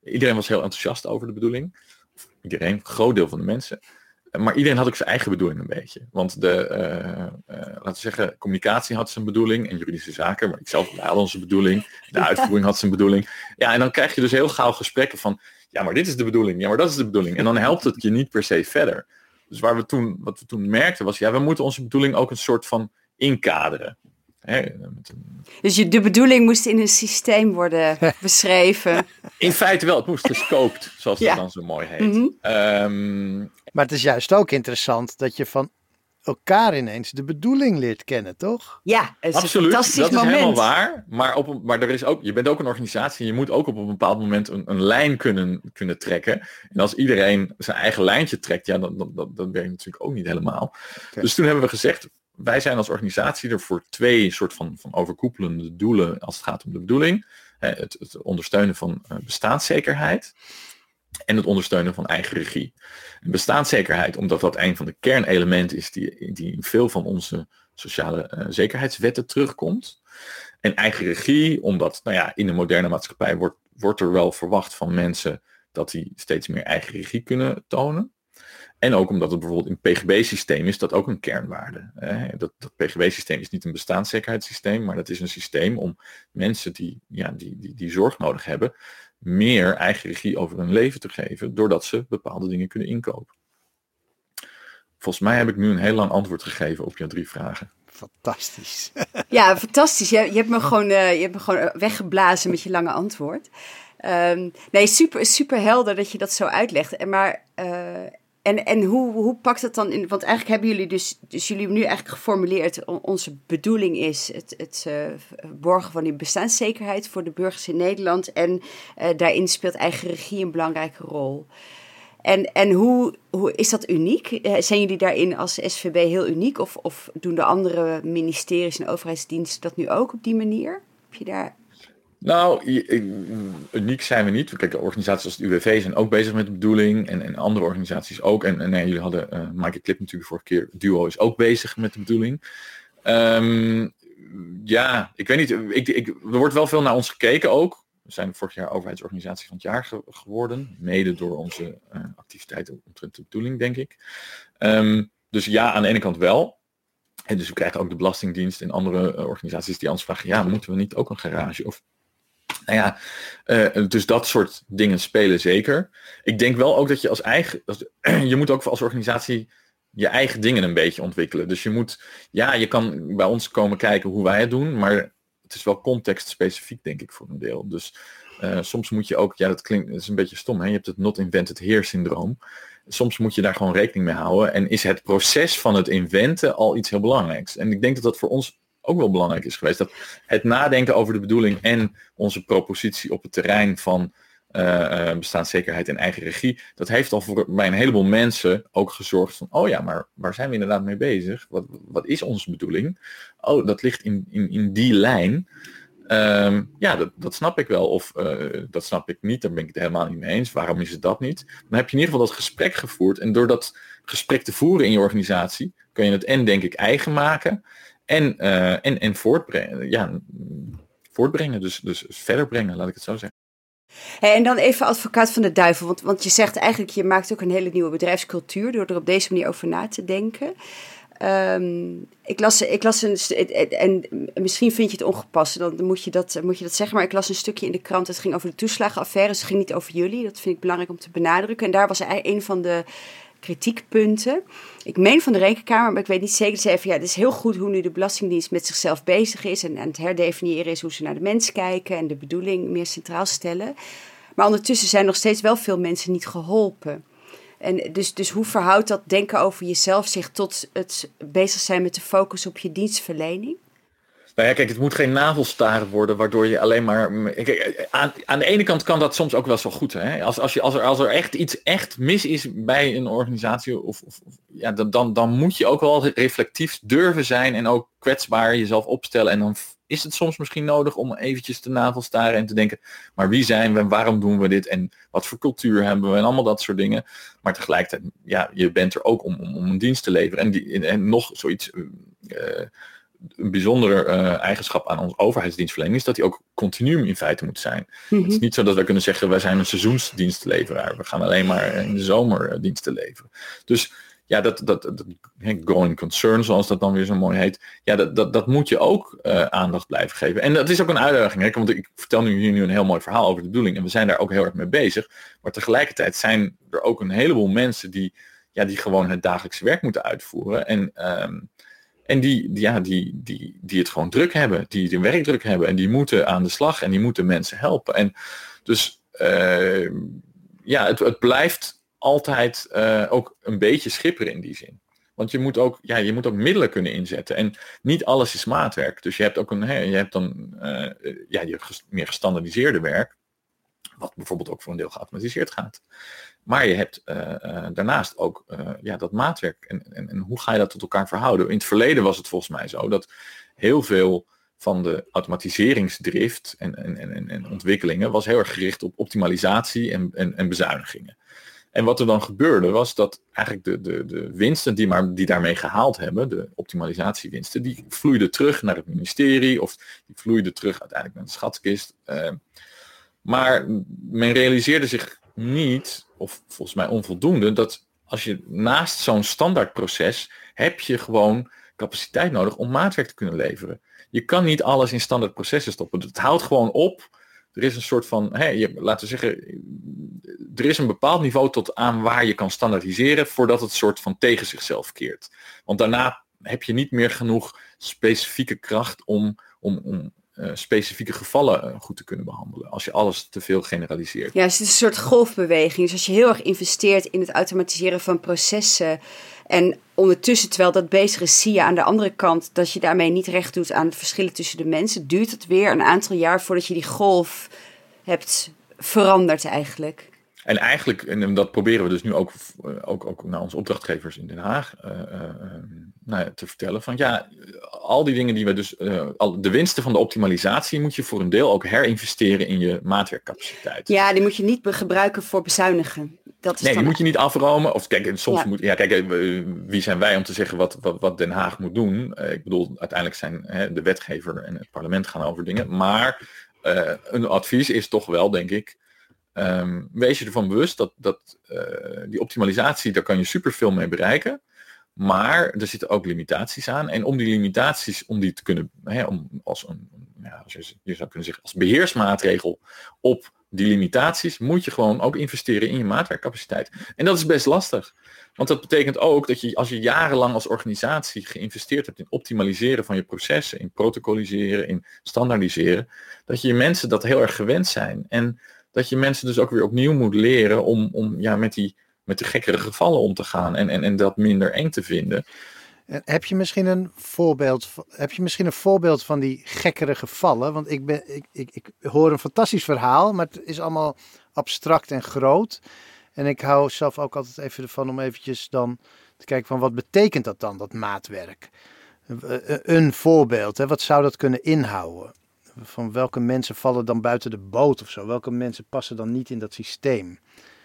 iedereen was heel enthousiast over de bedoeling. Iedereen, een groot deel van de mensen. Maar iedereen had ook zijn eigen bedoeling een beetje. Want de, uh, uh, laten we zeggen, communicatie had zijn bedoeling en juridische zaken. Maar ik zelf, wij hadden onze bedoeling. De uitvoering had zijn bedoeling. Ja, en dan krijg je dus heel gauw gesprekken van, ja, maar dit is de bedoeling. Ja, maar dat is de bedoeling. En dan helpt het je niet per se verder. Dus waar we toen, wat we toen merkten was, ja, we moeten onze bedoeling ook een soort van inkaderen. Hè, met een... Dus je, de bedoeling moest in een systeem worden beschreven. In feite wel, het moest gescoped, zoals ja. dat dan zo mooi heet. Mm-hmm. Um, maar het is juist ook interessant dat je van elkaar ineens de bedoeling leert kennen, toch? Ja, het is absoluut, een fantastisch dat moment. is helemaal waar. Maar, op een, maar er is ook, je bent ook een organisatie en je moet ook op een bepaald moment een, een lijn kunnen, kunnen trekken. En als iedereen zijn eigen lijntje trekt, ja, dan, dan, dan, dan werkt het natuurlijk ook niet helemaal. Okay. Dus toen hebben we gezegd, wij zijn als organisatie er voor twee soort van, van overkoepelende doelen als het gaat om de bedoeling. Het, het ondersteunen van bestaanszekerheid en het ondersteunen van eigen regie. Bestaanszekerheid, omdat dat een van de kernelementen is die, die in veel van onze sociale uh, zekerheidswetten terugkomt. En eigen regie, omdat nou ja, in de moderne maatschappij wordt, wordt er wel verwacht van mensen dat die steeds meer eigen regie kunnen tonen. En ook omdat het bijvoorbeeld in het P G B-systeem is dat ook een kernwaarde. Eh, dat, dat P G B-systeem is niet een bestaanszekerheidssysteem, maar dat is een systeem om mensen die, ja, die, die, die zorg nodig hebben, meer eigen regie over hun leven te geven, doordat ze bepaalde dingen kunnen inkopen. Volgens mij heb ik nu een heel lang antwoord gegeven op jouw drie vragen. Fantastisch. Ja, fantastisch. Je, je, hebt me gewoon, uh, je hebt me gewoon weggeblazen met je lange antwoord. Um, nee, super, super helder dat je dat zo uitlegt. En maar... Uh, En, en hoe, hoe pakt het dan in? Want eigenlijk hebben jullie dus, dus jullie hebben nu eigenlijk geformuleerd, onze bedoeling is het, het uh, borgen van die bestaanszekerheid voor de burgers in Nederland. En uh, daarin speelt eigen regie een belangrijke rol. En, en hoe, hoe is dat uniek? Uh, zijn jullie daarin als S V B heel uniek? Of, of doen de andere ministeries en overheidsdiensten dat nu ook op die manier? Heb je daar... Nou, uniek zijn we niet. Kijk, organisaties als het U W V zijn ook bezig met de bedoeling. En, en andere organisaties ook. En, en nee, jullie hadden, uh, Maaike Clip natuurlijk vorige keer. Duo is ook bezig met de bedoeling. Um, ja, ik weet niet. Ik, ik, er wordt wel veel naar ons gekeken ook. We zijn vorig jaar overheidsorganisatie van het jaar ge- geworden. Mede door onze uh, activiteiten omtrent de bedoeling, denk ik. Um, dus ja, aan de ene kant wel. En dus we krijgen ook de Belastingdienst en andere uh, organisaties die ons vragen, ja, moeten we niet ook een garage? Of Nou ja, uh, dus dat soort dingen spelen zeker. Ik denk wel ook dat je als eigen, als, je moet ook als organisatie je eigen dingen een beetje ontwikkelen. Dus je moet, ja, je kan bij ons komen kijken hoe wij het doen, maar het is wel contextspecifiek, denk ik, voor een deel. Dus uh, soms moet je ook, ja, dat klinkt, dat is een beetje stom, hè? Je hebt het not invented here syndroom. Soms moet je daar gewoon rekening mee houden. En is het proces van het inventen al iets heel belangrijks. En ik denk dat dat voor ons ook wel belangrijk is geweest. Dat het nadenken over de bedoeling en onze propositie op het terrein van uh, bestaanszekerheid en eigen regie, dat heeft al voor bij een heleboel mensen ook gezorgd van, oh ja, maar waar zijn we inderdaad mee bezig? Wat, wat is onze bedoeling? Oh, dat ligt in, in, in die lijn. Um, ja, dat, dat snap ik wel. Of uh, dat snap ik niet. Daar ben ik het helemaal niet mee eens. Waarom is het dat niet? Dan heb je in ieder geval dat gesprek gevoerd. En door dat gesprek te voeren in je organisatie, kun je het en denk ik eigen maken. En, uh, en, en voortbrengen. Ja, voortbrengen. Dus, dus verder brengen, laat ik het zo zeggen. Hey, en dan even advocaat van de duivel. Want, want je zegt eigenlijk, je maakt ook een hele nieuwe bedrijfscultuur door er op deze manier over na te denken. Um, ik las, ik las een, en misschien vind je het ongepast, dan moet je dat, moet je dat zeggen, maar ik las een stukje in de krant, het ging over de toeslagenaffaire, dus het ging niet over jullie, dat vind ik belangrijk om te benadrukken. En daar was eigenlijk een van de kritiekpunten, ik meen van de Rekenkamer, maar ik weet niet zeker, ze even, ja, het is heel goed hoe nu de Belastingdienst met zichzelf bezig is en aan het herdefiniëren is hoe ze naar de mens kijken en de bedoeling meer centraal stellen. Maar ondertussen zijn nog steeds wel veel mensen niet geholpen. En dus, dus hoe verhoudt dat denken over jezelf zich tot het bezig zijn met de focus op je dienstverlening? Nou ja, kijk, het moet geen navelstaren worden, waardoor je alleen maar... Kijk, aan, aan de ene kant kan dat soms ook wel zo goed. Hè? Als, als, je, als, er, als er echt iets echt mis is bij een organisatie, of, of, ja, dan, dan moet je ook wel reflectief durven zijn en ook kwetsbaar jezelf opstellen. En dan is het soms misschien nodig om eventjes te navelstaren en te denken, maar wie zijn we en waarom doen we dit en wat voor cultuur hebben we en allemaal dat soort dingen. Maar tegelijkertijd, ja, je bent er ook om, om, om een dienst te leveren. En, die, en nog zoiets... Uh, een bijzondere uh, eigenschap aan onze overheidsdienstverlening is dat die ook continuum in feite moet zijn. Mm-hmm. Het is niet zo dat wij kunnen zeggen, wij zijn een seizoensdienstleveraar. We gaan alleen maar in de zomer uh, diensten leveren. Dus ja, dat, dat, dat going concern, zoals dat dan weer zo mooi heet, ja, dat, dat, dat moet je ook uh, aandacht blijven geven. En dat is ook een uitdaging, hè? Want ik vertel nu hier nu een heel mooi verhaal over de bedoeling en we zijn daar ook heel erg mee bezig. Maar tegelijkertijd zijn er ook een heleboel mensen die, ja, die gewoon het dagelijkse werk moeten uitvoeren. En, um, en die, die, ja, die, die, die het gewoon druk hebben, die de werkdruk hebben en die moeten aan de slag en die moeten mensen helpen. En dus uh, ja, het, het blijft altijd uh, ook een beetje schipperen in die zin. Want je moet ook, ja, je moet ook middelen kunnen inzetten. En niet alles is maatwerk. Dus je hebt ook een, hè, je hebt dan uh, ja, je meer gestandaardiseerde werk. Wat bijvoorbeeld ook voor een deel geautomatiseerd gaat. Maar je hebt uh, uh, daarnaast ook uh, ja, dat maatwerk. En, en, en hoe ga je dat tot elkaar verhouden? In het verleden was het volgens mij zo dat heel veel van de automatiseringsdrift en, en, en, en ontwikkelingen was heel erg gericht op optimalisatie en, en, en bezuinigingen. En wat er dan gebeurde was dat eigenlijk de, de, de winsten die, maar, die daarmee gehaald hebben, de optimalisatiewinsten, die vloeiden terug naar het ministerie of die vloeiden terug uiteindelijk naar de schatkist. Uh, maar men realiseerde zich niet, of volgens mij onvoldoende, dat als je naast zo'n standaardproces heb je gewoon capaciteit nodig om maatwerk te kunnen leveren. Je kan niet alles in standaard processen stoppen. Het houdt gewoon op. Er is een soort van, hey, je, laten we zeggen, er is een bepaald niveau tot aan waar je kan standaardiseren voordat het soort van tegen zichzelf keert. Want daarna heb je niet meer genoeg specifieke kracht om, om, om uh, specifieke gevallen uh, goed te kunnen behandelen. Als je alles te veel generaliseert. Ja, dus het is een soort golfbeweging. Dus als je heel erg investeert in het automatiseren van processen en ondertussen, terwijl dat bezig is, zie je aan de andere kant dat je daarmee niet recht doet aan de verschillen tussen de mensen, duurt het weer een aantal jaar voordat je die golf hebt veranderd eigenlijk. En eigenlijk, en dat proberen we dus nu ook, ook, ook naar onze opdrachtgevers in Den Haag uh, uh, nou ja, te vertellen. Van ja, al die dingen die we dus, uh, al, de winsten van de optimalisatie moet je voor een deel ook herinvesteren in je maatwerkcapaciteit. Ja, die moet je niet gebruiken voor bezuinigen. Dat is nee, dan... die moet je niet afromen. Of kijk, soms ja. moet, ja, kijk, wie zijn wij om te zeggen wat, wat, wat Den Haag moet doen? Uh, ik bedoel, uiteindelijk zijn hè, de wetgever en het parlement gaan over dingen. Maar uh, een advies is toch wel, denk ik, Um, wees je ervan bewust dat, dat uh, die optimalisatie, daar kan je superveel mee bereiken. Maar er zitten ook limitaties aan. En om die limitaties, om die te kunnen, hè, om als een, ja, als je, je zou kunnen zeggen, als beheersmaatregel op die limitaties, moet je gewoon ook investeren in je maatwerkcapaciteit. En dat is best lastig. Want dat betekent ook dat je, als je jarenlang als organisatie geïnvesteerd hebt in optimaliseren van je processen, in protocoliseren, in standaardiseren, dat je je mensen dat heel erg gewend zijn. En dat je mensen dus ook weer opnieuw moet leren om, om ja, met, die, met de gekkere gevallen om te gaan en, en, en dat minder eng te vinden. En heb je misschien een voorbeeld, heb je misschien een voorbeeld van die gekkere gevallen? Want ik, ben, ik, ik, ik hoor een fantastisch verhaal, maar het is allemaal abstract en groot. En ik hou zelf ook altijd even ervan om eventjes dan te kijken van wat betekent dat dan, dat maatwerk? Een voorbeeld, hè? Wat zou dat kunnen inhouden? Van welke mensen vallen dan buiten de boot of zo? Welke mensen passen dan niet in dat systeem?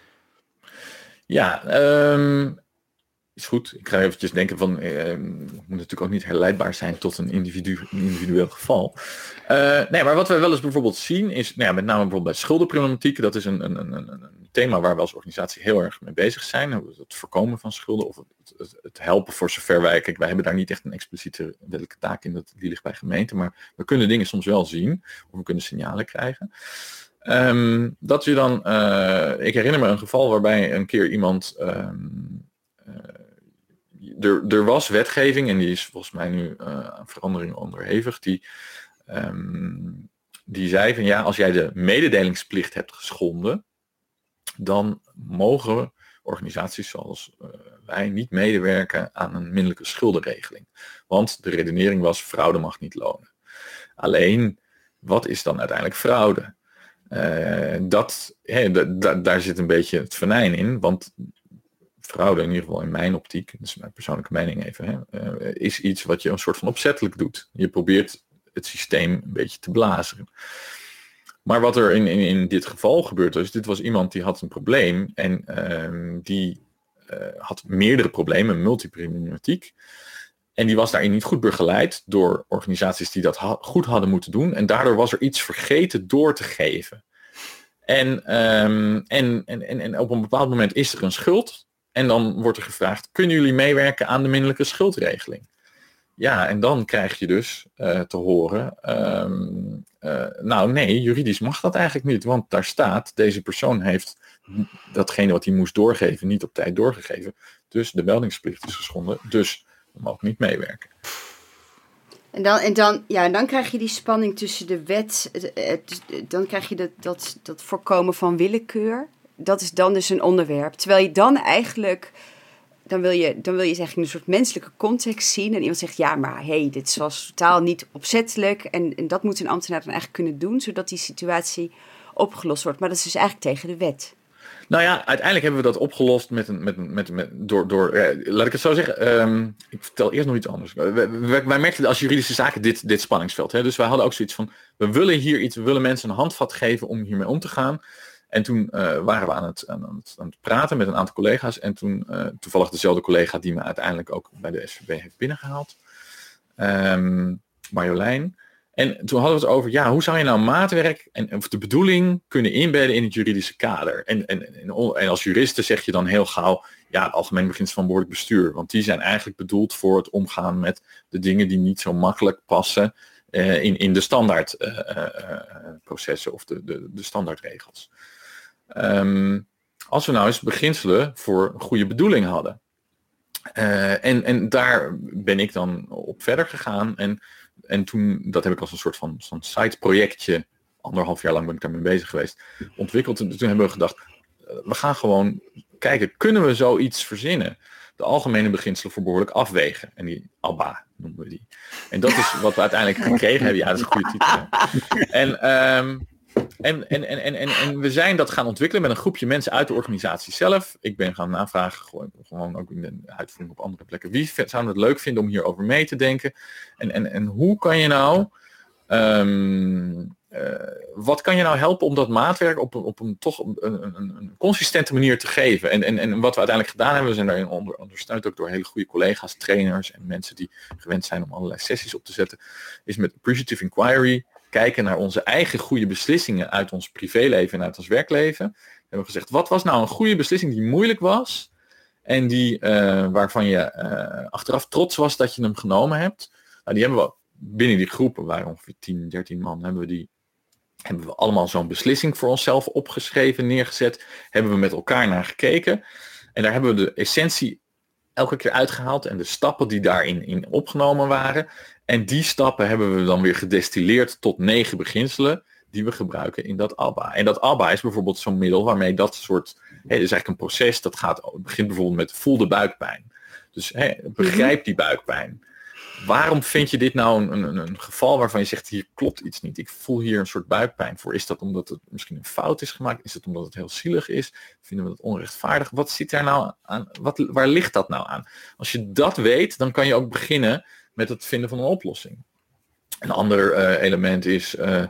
Ja, um, is goed. Ik ga eventjes denken van, uh, het moet natuurlijk ook niet herleidbaar zijn tot een, individu, een individueel geval. Uh, nee, maar wat we wel eens bijvoorbeeld zien is, nou ja, met name bijvoorbeeld bij schuldenproblematiek, dat is een, een, een, een thema waar we als organisatie heel erg mee bezig zijn. Het voorkomen van schulden of het, het, het helpen voor zover wij, kijk, wij hebben daar niet echt een expliciete wettelijke taak in, dat, die ligt bij gemeenten, maar we kunnen dingen soms wel zien, of we kunnen signalen krijgen. Um, dat je dan, uh, ik herinner me een geval waarbij een keer iemand, um, uh, er, er was wetgeving en die is volgens mij nu uh, aan verandering onderhevig, die, um, die zei van ja, als jij de mededelingsplicht hebt geschonden, dan mogen organisaties zoals uh, wij niet medewerken aan een minderlijke schuldenregeling. Want de redenering was, fraude mag niet lonen. Alleen, wat is dan uiteindelijk fraude? Uh, dat, he, d- d- daar zit een beetje het venijn in, want fraude, in ieder geval in mijn optiek, dat is mijn persoonlijke mening even, hè, uh, is iets wat je een soort van opzettelijk doet. Je probeert het systeem een beetje te blazen. Maar wat er in, in, in dit geval gebeurd was, dit was iemand die had een probleem en uh, die uh, had meerdere problemen, multiproblematiek. En die was daarin niet goed begeleid door organisaties die dat ha- goed hadden moeten doen. En daardoor was er iets vergeten door te geven. En, um, en, en, en, en op een bepaald moment is er een schuld. En dan wordt er gevraagd, kunnen jullie meewerken aan de minderlijke schuldregeling? Ja, en dan krijg je dus uh, te horen, um, uh, nou nee, juridisch mag dat eigenlijk niet. Want daar staat, deze persoon heeft datgene wat hij moest doorgeven niet op tijd doorgegeven. Dus de meldingsplicht is geschonden, dus we mogen niet meewerken. En dan, en, dan, ja, en dan krijg je die spanning tussen de wet, het, het, dan krijg je dat, dat, dat voorkomen van willekeur. Dat is dan dus een onderwerp. Terwijl je dan eigenlijk, dan wil je, dan wil je zeg, een soort menselijke context zien. En iemand zegt, ja, maar hey, dit was totaal niet opzettelijk. En, en dat moet een ambtenaar dan eigenlijk kunnen doen, zodat die situatie opgelost wordt. Maar dat is dus eigenlijk tegen de wet. Nou ja, uiteindelijk hebben we dat opgelost met een, met, met, met, door, door eh, laat ik het zo zeggen, um, ik vertel eerst nog iets anders. Wij, wij, wij merkten als juridische zaken dit, dit spanningsveld. Hè? Dus wij hadden ook zoiets van, we willen hier iets, we willen mensen een handvat geven om hiermee om te gaan. En toen uh, waren we aan het, aan, het, aan het praten met een aantal collega's. En toen uh, toevallig dezelfde collega die me uiteindelijk ook bij de S V B heeft binnengehaald. Um, Marjolein. En toen hadden we het over, ja, hoe zou je nou maatwerk en of de bedoeling kunnen inbedden in het juridische kader? En, en, en, en als juristen zeg je dan heel gauw, ja, het algemeen beginsel van behoorlijk bestuur. Want die zijn eigenlijk bedoeld voor het omgaan met de dingen die niet zo makkelijk passen uh, in, in de standaardprocessen uh, uh, of de, de, de standaardregels. Um, als we nou eens beginselen voor goede bedoeling hadden. Uh, en, en daar ben ik dan op verder gegaan en En toen, dat heb ik als een soort van, van side-projectje, anderhalf jaar lang ben ik daarmee bezig geweest, ontwikkeld. En toen hebben we gedacht, we gaan gewoon kijken, kunnen we zoiets verzinnen? De algemene beginselen voor behoorlijk afwegen. En die ABBA noemen we die. En dat is wat we uiteindelijk gekregen hebben. Ja, dat is een goede titel. Hè? En, um, en, en, en, en, en, en we zijn dat gaan ontwikkelen met een groepje mensen uit de organisatie zelf. Ik ben gaan navragen, gewoon, gewoon ook in de uitvoering op andere plekken. Wie zou het leuk vinden om hierover mee te denken? En, en, en hoe kan je nou, um, uh, wat kan je nou helpen om dat maatwerk op, op een toch een, een, een consistente manier te geven? En, en, en wat we uiteindelijk gedaan hebben, we zijn daarin onder, ondersteund ook door hele goede collega's, trainers en mensen die gewend zijn om allerlei sessies op te zetten, is met Appreciative Inquiry kijken naar onze eigen goede beslissingen uit ons privéleven en uit ons werkleven. We hebben gezegd, wat was nou een goede beslissing die moeilijk was en die, uh, waarvan je uh, achteraf trots was dat je hem genomen hebt. Nou, die hebben we binnen die groepen, waren ongeveer tien, dertien man, hebben we die hebben we allemaal zo'n beslissing voor onszelf opgeschreven, neergezet. Hebben we met elkaar naar gekeken. En daar hebben we de essentie elke keer uitgehaald en de stappen die daarin in opgenomen waren. En die stappen hebben we dan weer gedestilleerd tot negen beginselen die we gebruiken in dat ABBA. En dat ABBA is bijvoorbeeld zo'n middel waarmee dat soort, hè, het is eigenlijk een proces dat gaat, begint bijvoorbeeld met voel de buikpijn. Dus hè, begrijp die buikpijn. Waarom vind je dit nou een, een, een geval waarvan je zegt, hier klopt iets niet? Ik voel hier een soort buikpijn voor. Is dat omdat het misschien een fout is gemaakt? Is het omdat het heel zielig is? Vinden we dat onrechtvaardig? Wat zit daar nou aan? Wat, waar ligt dat nou aan? Als je dat weet, dan kan je ook beginnen met het vinden van een oplossing. Een ander uh, element is uh,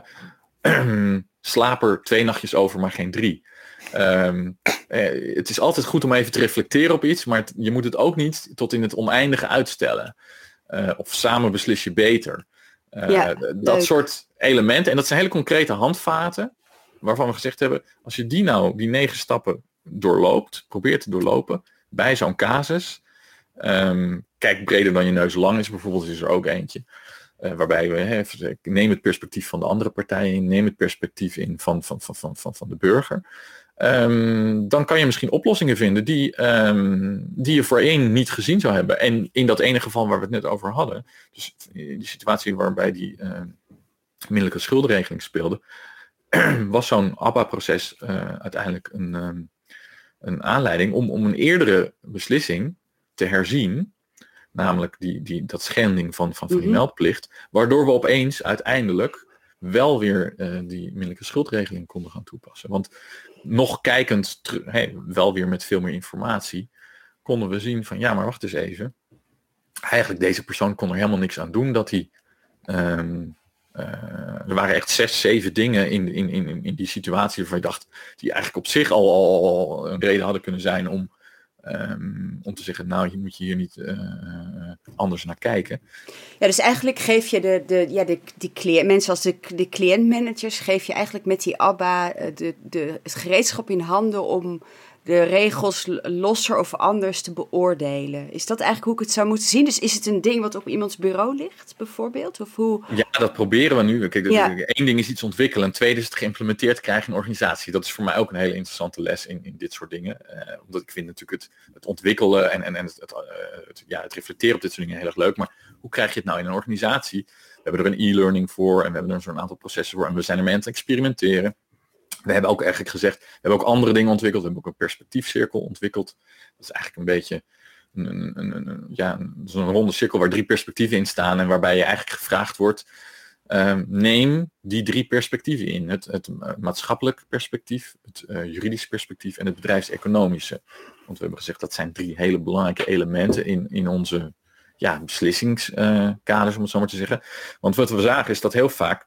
slaap er twee nachtjes over, maar geen drie. Um, eh, het is altijd goed om even te reflecteren op iets, maar het, je moet het ook niet tot in het oneindige uitstellen. Uh, of samen beslis je beter. Uh, ja, dat leuk. Soort elementen. En dat zijn hele concrete handvaten. Waarvan we gezegd hebben. Als je die nou, die negen stappen doorloopt. Probeert te doorlopen. Bij zo'n casus. Um, kijk breder dan je neus lang is. Bijvoorbeeld is er ook eentje. Uh, waarbij we. He, neem het perspectief van de andere partijen in. Neem het perspectief in van, van, van, van, van, van de burger. Um, dan kan je misschien oplossingen vinden die, um, die je voorheen niet gezien zou hebben. En in dat ene geval waar we het net over hadden, dus die situatie waarbij die uh, minderlijke schuldenregeling speelde, was zo'n ABBA-proces uh, uiteindelijk een, um, een aanleiding om, om een eerdere beslissing te herzien, namelijk die, die, dat schending van, van, van die Mm-hmm. meldplicht, waardoor we opeens uiteindelijk wel weer uh, die minderlijke schuldregeling konden gaan toepassen. Want nog kijkend, hey, wel weer met veel meer informatie, konden we zien van ja, maar wacht eens even. Eigenlijk deze persoon kon er helemaal niks aan doen dat hij... Um, uh, er waren echt zes, zeven dingen in, in, in, in die situatie waarvan je dacht, die eigenlijk op zich al, al, al een reden hadden kunnen zijn om Um, om te zeggen, nou, je moet je hier niet uh, anders naar kijken. Ja, dus eigenlijk geef je de, de, ja, de, die cliënt, mensen als de, de cliëntmanagers, geef je eigenlijk met die A B A de, de, het gereedschap in handen om de regels losser of anders te beoordelen. Is dat eigenlijk hoe ik het zou moeten zien? Dus is het een ding wat op iemands bureau ligt, bijvoorbeeld? Of hoe? Ja, dat proberen we nu. Kijk, ja. Eén ding is iets ontwikkelen. En tweede is het geïmplementeerd krijgen in een organisatie. Dat is voor mij ook een hele interessante les in, in dit soort dingen. Uh, omdat ik vind natuurlijk het, het ontwikkelen en, en, en het, het, uh, het, ja, het reflecteren op dit soort dingen heel erg leuk. Maar hoe krijg je het nou in een organisatie? We hebben er een e-learning voor en we hebben er zo'n aantal processen voor. En we zijn er mee aan het experimenteren. We hebben ook eigenlijk gezegd, we hebben ook andere dingen ontwikkeld. We hebben ook een perspectiefcirkel ontwikkeld. Dat is eigenlijk een beetje een, een, een, een, ja, zo'n ronde cirkel waar drie perspectieven in staan. En waarbij je eigenlijk gevraagd wordt, uh, neem die drie perspectieven in. Het, het uh, maatschappelijk perspectief, het uh, juridisch perspectief en het bedrijfseconomische. Want we hebben gezegd, dat zijn drie hele belangrijke elementen in, in onze ja, beslissingskaders, uh, om het zo maar te zeggen. Want wat we zagen is dat heel vaak,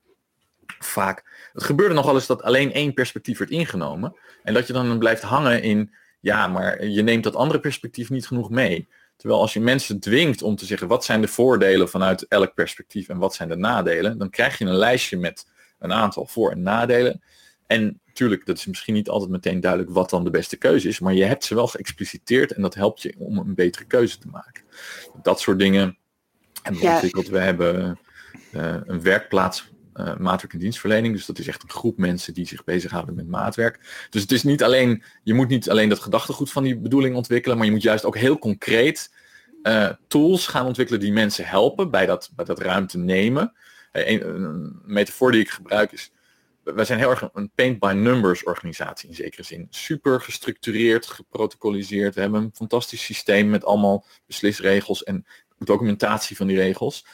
vaak het gebeurde nogal eens dat alleen één perspectief werd ingenomen. En dat je dan blijft hangen in, ja, maar je neemt dat andere perspectief niet genoeg mee. Terwijl als je mensen dwingt om te zeggen, wat zijn de voordelen vanuit elk perspectief en wat zijn de nadelen, dan krijg je een lijstje met een aantal voor- en nadelen. En natuurlijk, dat is misschien niet altijd meteen duidelijk wat dan de beste keuze is, maar je hebt ze wel geëxpliciteerd en dat helpt je om een betere keuze te maken. Dat soort dingen hebben we ja. ontwikkeld. We hebben uh, een werkplaats Uh, maatwerk en dienstverlening. Dus dat is echt een groep mensen die zich bezighouden met maatwerk. Dus het is niet alleen, je moet niet alleen dat gedachtegoed van die bedoeling ontwikkelen, maar je moet juist ook heel concreet uh, tools gaan ontwikkelen die mensen helpen bij dat, bij dat ruimte nemen. Uh, een, een metafoor die ik gebruik is, wij zijn heel erg een paint by numbers organisatie in zekere zin. Super gestructureerd, geprotocoliseerd. We hebben een fantastisch systeem met allemaal beslisregels en documentatie van die regels.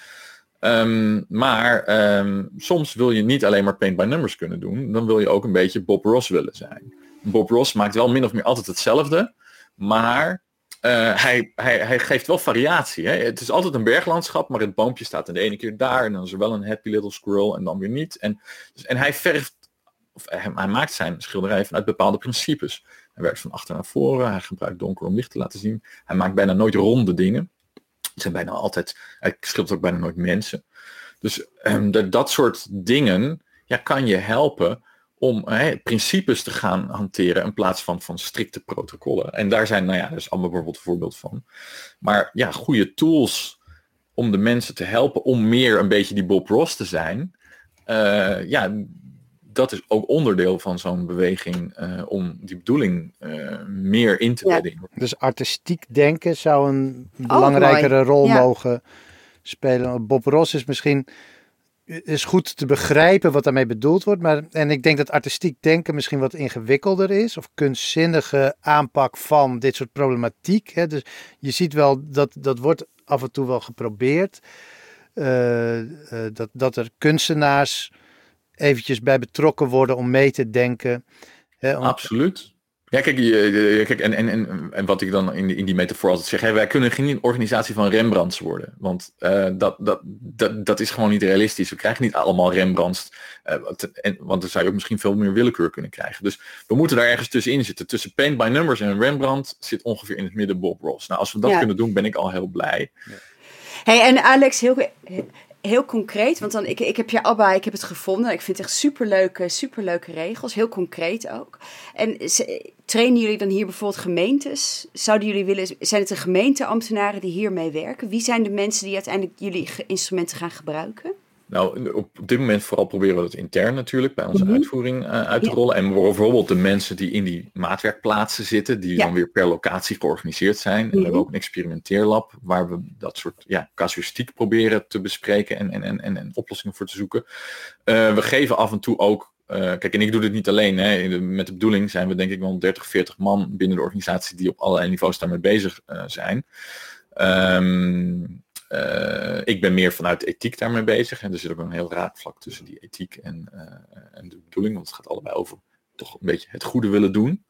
Um, maar um, soms wil je niet alleen maar paint by numbers kunnen doen. Dan wil je ook een beetje Bob Ross willen zijn. Bob Ross maakt wel min of meer altijd hetzelfde. Maar uh, hij, hij, hij geeft wel variatie. Hè? Het is altijd een berglandschap, maar het boompje staat de ene keer daar. En dan is er wel een happy little squirrel en dan weer niet. En, dus, en hij verft, of hij, hij maakt zijn schilderij vanuit bepaalde principes. Hij werkt van achter naar voren. Hij gebruikt donker om licht te laten zien. Hij maakt bijna nooit ronde dingen. Het zijn bijna altijd, hij schildert ook bijna nooit mensen. Dus um, de, dat soort dingen ja, kan je helpen om hey, principes te gaan hanteren in plaats van, van strikte protocollen. En daar zijn, nou ja, daar is allemaal bijvoorbeeld een voorbeeld van. Maar ja, goede tools om de mensen te helpen om meer een beetje die Bob Ross te zijn. Uh, ja, dat is ook onderdeel van zo'n beweging uh, om die bedoeling uh, meer in te bedden. Ja. Dus artistiek denken zou een belangrijkere oh, rol ja. mogen spelen. Bob Ross is misschien is goed te begrijpen wat daarmee bedoeld wordt. Maar, en ik denk dat artistiek denken misschien wat ingewikkelder is. Of kunstzinnige aanpak van dit soort problematiek. Hè. Dus je ziet wel dat dat wordt af en toe wel geprobeerd. Uh, uh, dat, dat er kunstenaars eventjes bij betrokken worden om mee te denken. Hè, om... Absoluut. Ja, kijk, je, kijk en, en, en, en wat ik dan in, in die metafoor altijd zeg, hè, wij kunnen geen organisatie van Rembrandts worden. Want uh, dat, dat, dat, dat is gewoon niet realistisch. We krijgen niet allemaal Rembrandts. Uh, en, want dan zou je ook misschien veel meer willekeur kunnen krijgen. Dus we moeten daar ergens tussenin zitten. Tussen Paint by Numbers en Rembrandt zit ongeveer in het midden Bob Ross. Nou, als we dat ja. kunnen doen, ben ik al heel blij. Ja. Hey, en Alex, heel... Heel concreet, want dan, ik, ik heb je A B A, ik heb het gevonden. Ik vind het echt superleuke, superleuke regels. Heel concreet ook. En ze, trainen jullie dan hier bijvoorbeeld gemeentes? Zouden jullie willen, zijn het de gemeenteambtenaren die hiermee werken? Wie zijn de mensen die uiteindelijk jullie instrumenten gaan gebruiken? Nou, op dit moment vooral proberen we dat intern natuurlijk bij onze mm-hmm. uitvoering uh, uit te ja. rollen. En bijvoorbeeld de mensen die in die maatwerkplaatsen zitten, die ja. dan weer per locatie georganiseerd zijn. Mm-hmm. En we hebben ook een experimenteerlab waar we dat soort ja, casuïstiek proberen te bespreken en, en, en, en, en oplossingen voor te zoeken. Uh, we geven af en toe ook, uh, kijk, en ik doe dit niet alleen. Hè. Met de bedoeling zijn we denk ik wel dertig, veertig man binnen de organisatie die op allerlei niveaus daarmee bezig uh, zijn. Um, Uh, ik ben meer vanuit ethiek daarmee bezig. En er zit ook een heel raakvlak tussen die ethiek en, uh, en de bedoeling. Want het gaat allebei over toch een beetje het goede willen doen.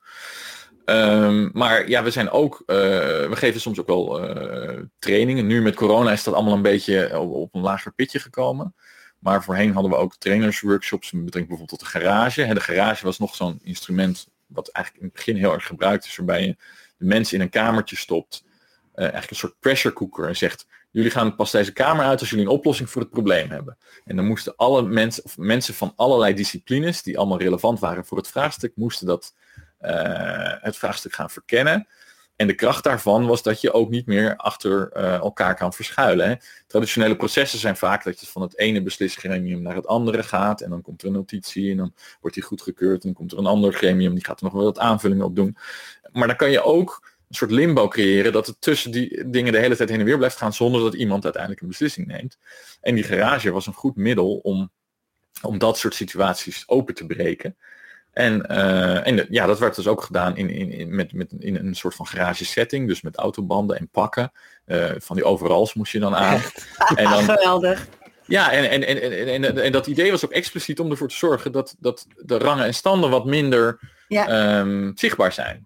Um, maar ja, we zijn ook, uh, we geven soms ook wel uh, trainingen. Nu met corona is dat allemaal een beetje op, op een lager pitje gekomen. Maar voorheen hadden we ook trainersworkshops met betrekking bijvoorbeeld tot de garage. He, de garage was nog zo'n instrument wat eigenlijk in het begin heel erg gebruikt is. Waarbij je de mensen in een kamertje stopt, uh, eigenlijk een soort pressure cooker, en zegt, jullie gaan pas deze kamer uit als jullie een oplossing voor het probleem hebben. En dan moesten alle mensen, of mensen van allerlei disciplines, die allemaal relevant waren voor het vraagstuk, moesten dat uh, het vraagstuk gaan verkennen. En de kracht daarvan was dat je ook niet meer achter uh, elkaar kan verschuilen. Hè. Traditionele processen zijn vaak dat je van het ene beslisgremium naar het andere gaat. En dan komt er een notitie en dan wordt die goedgekeurd. En dan komt er een ander gremium, die gaat er nog wel wat aanvullingen op doen. Maar dan kan je ook een soort limbo creëren dat het tussen die dingen de hele tijd heen en weer blijft gaan zonder dat iemand uiteindelijk een beslissing neemt. En die garage was een goed middel om, om dat soort situaties open te breken. En, uh, en ja, dat werd dus ook gedaan in, in, in, met, met, in een soort van garage setting. Dus met autobanden en pakken. Uh, van die overals moest je dan aan. En dan, geweldig. Ja, en, en, en, en, en, en dat idee was ook expliciet om ervoor te zorgen dat, dat de rangen en standen wat minder ja. um, zichtbaar zijn.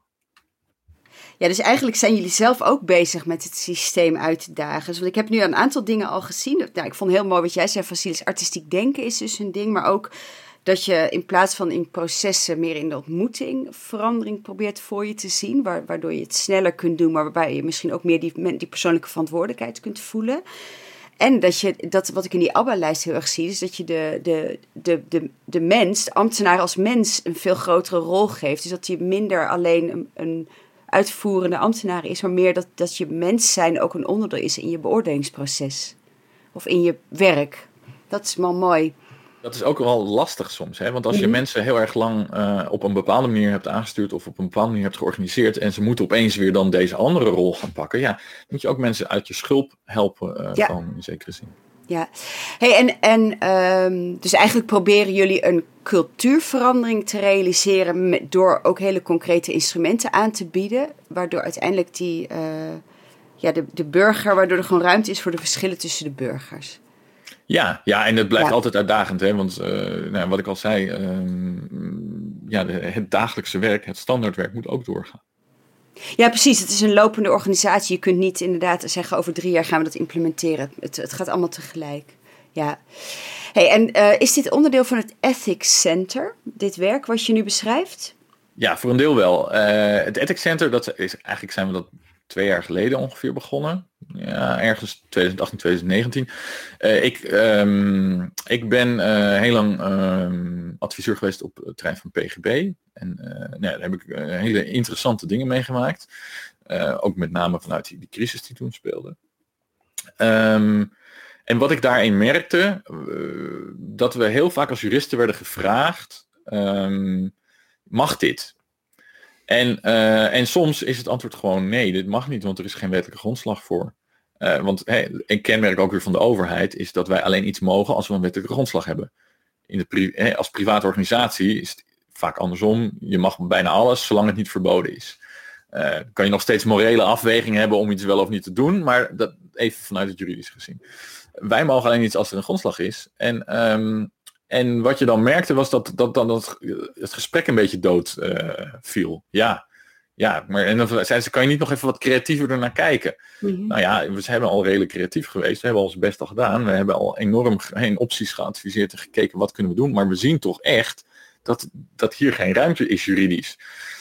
Ja, dus eigenlijk zijn jullie zelf ook bezig met het systeem uit te dagen. Dus, want ik heb nu een aantal dingen al gezien. Nou, ik vond heel mooi wat jij zei, Vasilis. Artistiek denken is dus een ding, maar ook dat je in plaats van in processen meer in de ontmoeting verandering probeert voor je te zien. Waardoor je het sneller kunt doen, maar waarbij je misschien ook meer die, die persoonlijke verantwoordelijkheid kunt voelen. En dat je, dat wat ik in die ABBA-lijst heel erg zie, is dat je de, de, de, de, de mens, de ambtenaar als mens, een veel grotere rol geeft. Dus dat je minder alleen een, een uitvoerende ambtenaar is, maar meer dat, dat je mens zijn ook een onderdeel is in je beoordelingsproces. Of in je werk. Dat is wel mooi. Dat is ook wel lastig soms, hè? Want als je mm-hmm. mensen heel erg lang uh, op een bepaalde manier hebt aangestuurd of op een bepaalde manier hebt georganiseerd en ze moeten opeens weer dan deze andere rol gaan pakken, ja, dan moet je ook mensen uit je schulp helpen uh, ja. komen in zekere zin. Ja, hey, en, en um, dus eigenlijk proberen jullie een cultuurverandering te realiseren met, door ook hele concrete instrumenten aan te bieden, waardoor uiteindelijk die, uh, ja, de, de burger, waardoor er gewoon ruimte is voor de verschillen tussen de burgers. Ja, ja, en het blijft ja. altijd uitdagend, hè? Want uh, nou, wat ik al zei, um, ja, de, het dagelijkse werk, het standaardwerk moet ook doorgaan. Ja, precies. Het is een lopende organisatie. Je kunt niet inderdaad zeggen over drie jaar gaan we dat implementeren. Het, het gaat allemaal tegelijk. Ja. Hey, en uh, is dit onderdeel van het Ethics Center, dit werk wat je nu beschrijft? Ja, voor een deel wel. Uh, het Ethics Center, dat is, eigenlijk zijn we dat twee jaar geleden ongeveer begonnen. Ja, ergens twintig achttien, twintig negentien. Uh, ik, um, ik ben uh, heel lang um, adviseur geweest op het terrein van P G B. En uh, nou, daar heb ik uh, hele interessante dingen meegemaakt. Uh, ook met name vanuit die, die crisis die toen speelde. Um, en wat ik daarin merkte, uh, dat we heel vaak als juristen werden gevraagd, um, mag dit? En, uh, en soms is het antwoord gewoon nee, dit mag niet, want er is geen wettelijke grondslag voor. Uh, want hey, een kenmerk ook weer van de overheid is dat wij alleen iets mogen als we een wettelijke grondslag hebben. In de pri- hey, als private organisatie is het vaak andersom. Je mag bijna alles, zolang het niet verboden is. Uh, kan je nog steeds morele afwegingen hebben om iets wel of niet te doen, maar dat even vanuit het juridisch gezien. Wij mogen alleen iets als er een grondslag is. En, um, en wat je dan merkte was dat, dat, dat, dat het gesprek een beetje dood uh, viel. Ja, ja, maar en dan zeiden ze, kan je niet nog even wat creatiever ernaar kijken? Mm-hmm. Nou ja, we hebben al redelijk creatief geweest. We hebben al ons best al gedaan. We hebben al enorm geen opties geadviseerd en gekeken wat kunnen we doen. Maar we zien toch echt dat, dat hier geen ruimte is juridisch.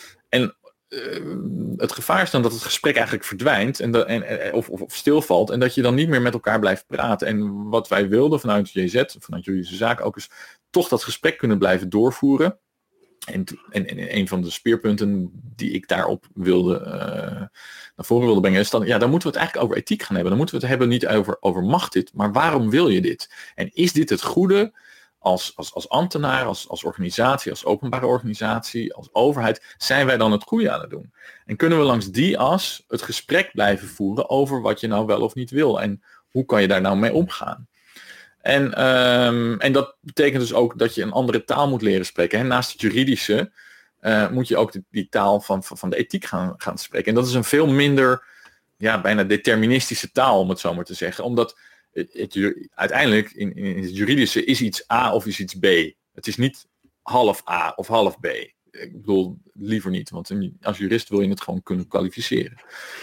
En uh, het gevaar is dan dat het gesprek eigenlijk verdwijnt en de, en, of, of, of stilvalt en dat je dan niet meer met elkaar blijft praten. En wat wij wilden vanuit J Z, vanuit juridische zaken ook, is toch dat gesprek kunnen blijven doorvoeren. En, en, en een van de speerpunten die ik daarop wilde uh, naar voren wilde brengen is dan, ja, dan moeten we het eigenlijk over ethiek gaan hebben. Dan moeten we het hebben niet over, over mag dit, maar waarom wil je dit? En is dit het goede als, als, als ambtenaar, als, als organisatie, als openbare organisatie, als overheid, zijn wij dan het goede aan het doen? En kunnen we langs die as het gesprek blijven voeren over wat je nou wel of niet wil? En hoe kan je daar nou mee omgaan? En, um, en dat betekent dus ook dat je een andere taal moet leren spreken. Hè? Naast het juridische uh, moet je ook die, die taal van, van de ethiek gaan, gaan spreken. En dat is een veel minder, ja, bijna deterministische taal, om het zo maar te zeggen. Omdat het, het, uiteindelijk in, in het juridische is iets A of is iets B. Het is niet half A of half B. Ik bedoel, liever niet. Want als jurist wil je het gewoon kunnen kwalificeren.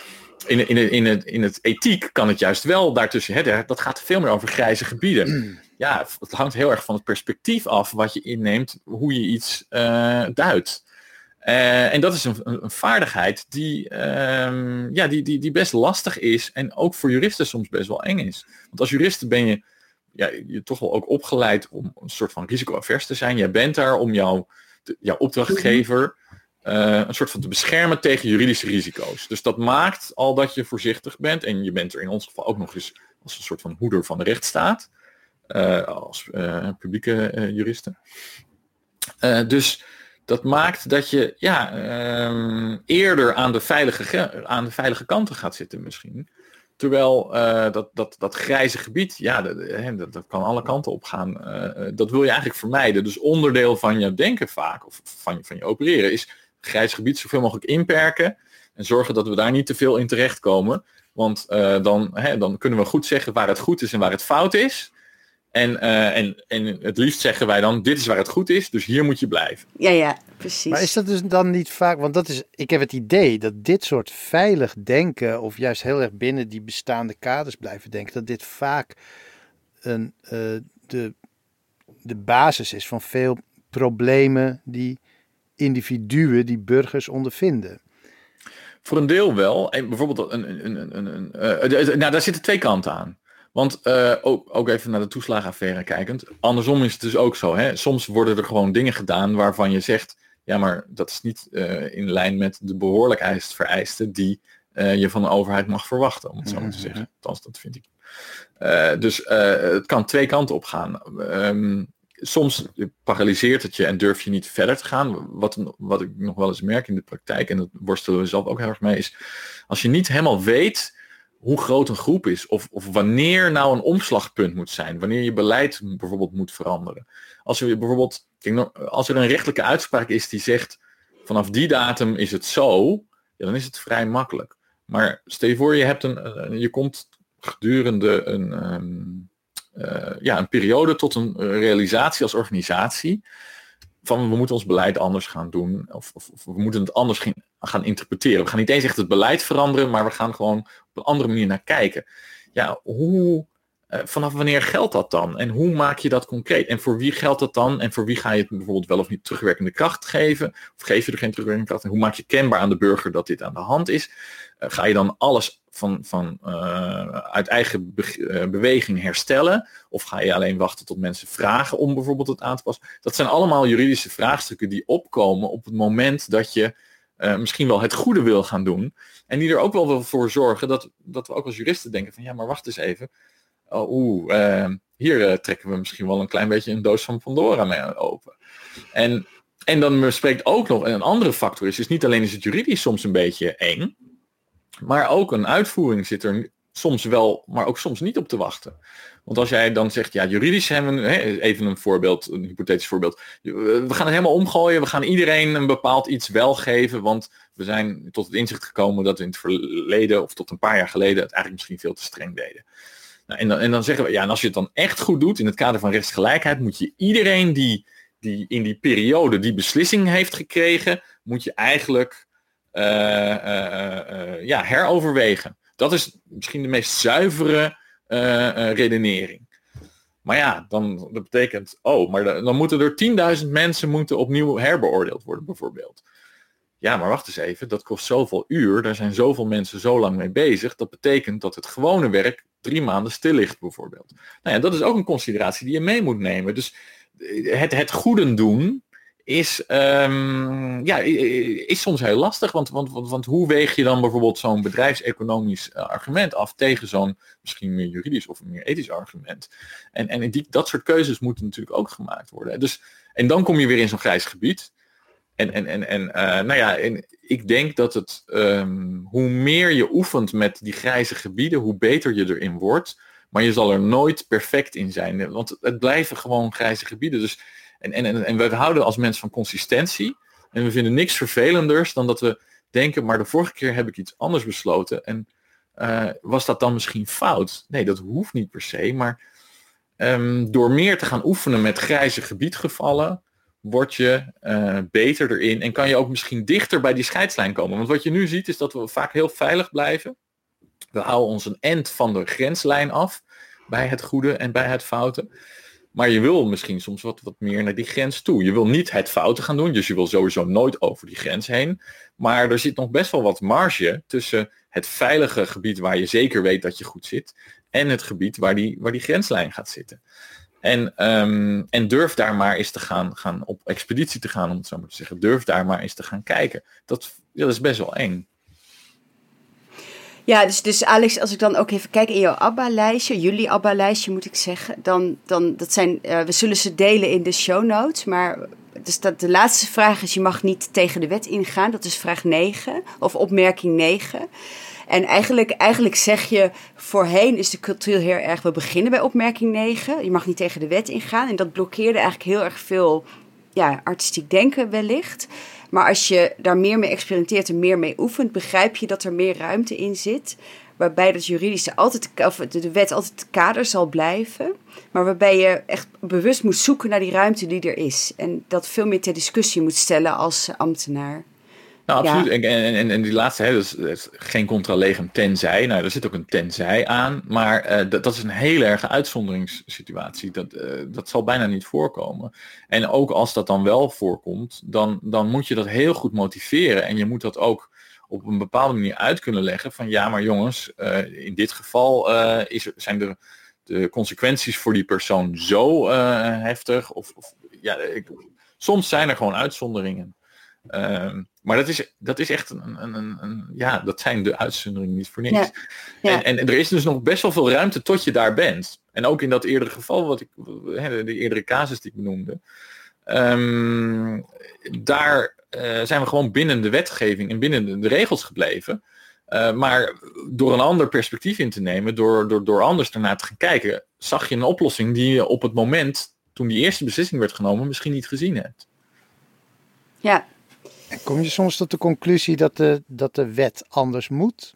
In, in, in, het, in het ethiek kan het juist wel daartussen. Hè, dat gaat veel meer over grijze gebieden. Ja, het hangt heel erg van het perspectief af wat je inneemt, hoe je iets uh, duidt. Uh, en dat is een, een vaardigheid die, um, ja, die, die, die best lastig is en ook voor juristen soms best wel eng is. Want als juristen ben je, ja, je toch wel ook opgeleid om een soort van risico-avers te zijn. Jij bent daar om jou, de, jouw opdrachtgever uh, een soort van te beschermen tegen juridische risico's. Dus dat maakt al dat je voorzichtig bent en je bent er in ons geval ook nog eens als een soort van hoeder van de rechtsstaat. Uh, als uh, publieke uh, juristen. Uh, dus dat maakt dat je ja, um, eerder aan de, veilige, aan de veilige kanten gaat zitten misschien. Terwijl uh, dat, dat, dat grijze gebied, ja, dat, dat, dat kan alle kanten op gaan. Uh, dat wil je eigenlijk vermijden. Dus onderdeel van je denken vaak, of van, van je opereren, is het grijze gebied zoveel mogelijk inperken. En zorgen dat we daar niet te veel in terechtkomen. Want uh, dan, hè, dan kunnen we goed zeggen waar het goed is en waar het fout is. En, uh, en, en het liefst zeggen wij dan, dit is waar het goed is, dus hier moet je blijven. Ja, ja, precies. Maar is dat dus dan niet vaak, want dat is, ik heb het idee dat dit soort veilig denken, of juist heel erg binnen die bestaande kaders blijven denken, dat dit vaak een, uh, de, de basis is van veel problemen die individuen, die burgers ondervinden. Voor een deel wel. En bijvoorbeeld, een, een, een, een, uh, nou, daar zitten twee kanten aan. Want uh, ook, ook even naar de toeslagenaffaire kijkend. Andersom is het dus ook zo. Hè? Soms worden er gewoon dingen gedaan waarvan je zegt, ja, maar dat is niet uh, in lijn met de behoorlijkheidsvereisten die uh, je van de overheid mag verwachten, om het zo maar te zeggen. Althans, dat vind ik. Uh, dus uh, het kan twee kanten op gaan. Um, soms paralyseert het je en durf je niet verder te gaan. Wat, wat ik nog wel eens merk in de praktijk, en dat worstelen we zelf ook heel erg mee, is als je niet helemaal weet hoe groot een groep is, of, of wanneer nou een omslagpunt moet zijn, wanneer je beleid bijvoorbeeld moet veranderen. Als er bijvoorbeeld, als er een rechtelijke uitspraak is die zegt, vanaf die datum is het zo, ja, dan is het vrij makkelijk. Maar stel je voor, je hebt een, je komt gedurende een, um, uh, ja, een periode tot een realisatie als organisatie van we moeten ons beleid anders gaan doen, of, of, of we moeten het anders gaan, gaan interpreteren. We gaan niet eens echt het beleid veranderen, maar we gaan gewoon op een andere manier naar kijken. Ja, hoe, uh, vanaf wanneer geldt dat dan? En hoe maak je dat concreet? En voor wie geldt dat dan? En voor wie ga je het bijvoorbeeld wel of niet terugwerkende kracht geven? Of geef je er geen terugwerkende kracht? En hoe maak je kenbaar aan de burger dat dit aan de hand is? Uh, ga je dan alles van, van, uh, uit eigen be- uh, beweging herstellen? Of ga je alleen wachten tot mensen vragen om bijvoorbeeld het aan te passen? Dat zijn allemaal juridische vraagstukken die opkomen op het moment dat je uh, misschien wel het goede wil gaan doen. En die er ook wel voor zorgen dat, dat we ook als juristen denken van ja, maar wacht eens even. Oh, oeh, uh, hier uh, trekken we misschien wel een klein beetje een doos van Pandora mee open. En, en dan spreekt ook nog, en een andere factor is, is niet alleen is het juridisch soms een beetje eng, maar ook een uitvoering zit er soms wel, maar ook soms niet op te wachten. Want als jij dan zegt, ja, juridisch hebben we, hè, even een voorbeeld, een hypothetisch voorbeeld. We gaan het helemaal omgooien, we gaan iedereen een bepaald iets wel geven, want we zijn tot het inzicht gekomen dat we in het verleden, of tot een paar jaar geleden, het eigenlijk misschien veel te streng deden. Nou, en, dan, en dan zeggen we, ja, en als je het dan echt goed doet in het kader van rechtsgelijkheid, moet je iedereen die, die in die periode die beslissing heeft gekregen, moet je eigenlijk Uh, uh, uh, ja, heroverwegen. Dat is misschien de meest zuivere uh, uh, redenering. Maar ja, dan dat betekent, oh, maar dan moeten er tienduizend mensen moeten opnieuw herbeoordeeld worden bijvoorbeeld. Ja, maar wacht eens even, dat kost zoveel uur, daar zijn zoveel mensen zo lang mee bezig, dat betekent dat het gewone werk drie maanden stil ligt bijvoorbeeld. Nou ja, dat is ook een consideratie die je mee moet nemen. Dus het, het goeden doen is, um, ja, is soms heel lastig, want, want, want, want hoe weeg je dan bijvoorbeeld zo'n bedrijfseconomisch uh, argument af tegen zo'n misschien meer juridisch of meer ethisch argument? En, en die, dat soort keuzes moeten natuurlijk ook gemaakt worden. Dus, en dan kom je weer in zo'n grijs gebied. En, en, en, en uh, nou ja, en ik denk dat het, um, hoe meer je oefent met die grijze gebieden, hoe beter je erin wordt. Maar je zal er nooit perfect in zijn, want het blijven gewoon grijze gebieden. Dus En, en, en we houden als mens van consistentie. En we vinden niks vervelenders dan dat we denken, maar de vorige keer heb ik iets anders besloten. En uh, was dat dan misschien fout? Nee, dat hoeft niet per se. Maar um, door meer te gaan oefenen met grijze gebiedgevallen, word je uh, beter erin. En kan je ook misschien dichter bij die scheidslijn komen. Want wat je nu ziet is dat we vaak heel veilig blijven. We houden ons een end van de grenslijn af. Bij het goede en bij het foute. Maar je wil misschien soms wat, wat meer naar die grens toe. Je wil niet het foute gaan doen, dus je wil sowieso nooit over die grens heen. Maar er zit nog best wel wat marge tussen het veilige gebied waar je zeker weet dat je goed zit en het gebied waar die, waar die grenslijn gaat zitten. En, um, en durf daar maar eens te gaan, gaan op expeditie te gaan, om het zo maar te zeggen. Durf daar maar eens te gaan kijken. Dat, dat is best wel eng. Ja, dus, dus Alex, als ik dan ook even kijk in jouw ABBA-lijstje, jullie ABBA-lijstje moet ik zeggen, dan, dan dat zijn, uh, we zullen ze delen in de show notes, maar dus dat, de laatste vraag is, je mag niet tegen de wet ingaan, dat is vraag negen, of opmerking negen. En eigenlijk, eigenlijk zeg je, voorheen is de cultuur heel erg, we beginnen bij opmerking negen, je mag niet tegen de wet ingaan, en dat blokkeerde eigenlijk heel erg veel, ja, artistiek denken wellicht. Maar als je daar meer mee experimenteert en meer mee oefent, begrijp je dat er meer ruimte in zit. Waarbij dat juridische altijd, of de wet altijd het kader zal blijven. Maar waarbij je echt bewust moet zoeken naar die ruimte die er is. En dat veel meer ter discussie moet stellen als ambtenaar. Nou, absoluut. Ja. En, en, en die laatste, hè, dus, dus geen contra legem tenzij. Nou, er zit ook een tenzij aan. Maar uh, dat, dat is een hele erge uitzonderingssituatie. Dat, uh, dat zal bijna niet voorkomen. En ook als dat dan wel voorkomt, dan, dan moet je dat heel goed motiveren. En je moet dat ook op een bepaalde manier uit kunnen leggen. Van ja, maar jongens, uh, in dit geval uh, is er, zijn de, de consequenties voor die persoon zo uh, heftig. Of, of, ja, ik, soms zijn er gewoon uitzonderingen. Uh, maar dat is, dat is echt een, een, een, een... Ja, dat zijn de uitzonderingen niet voor niks. Ja. Ja. En, en, en er is dus nog best wel veel ruimte tot je daar bent. En ook in dat eerdere geval, wat ik, de eerdere casus die ik benoemde. Um, daar uh, zijn we gewoon binnen de wetgeving en binnen de, de regels gebleven. Uh, maar door een ander perspectief in te nemen, door, door, door anders ernaar te gaan kijken, zag je een oplossing die je op het moment, toen die eerste beslissing werd genomen, misschien niet gezien hebt. Ja. En kom je soms tot de conclusie dat de, dat de wet anders moet?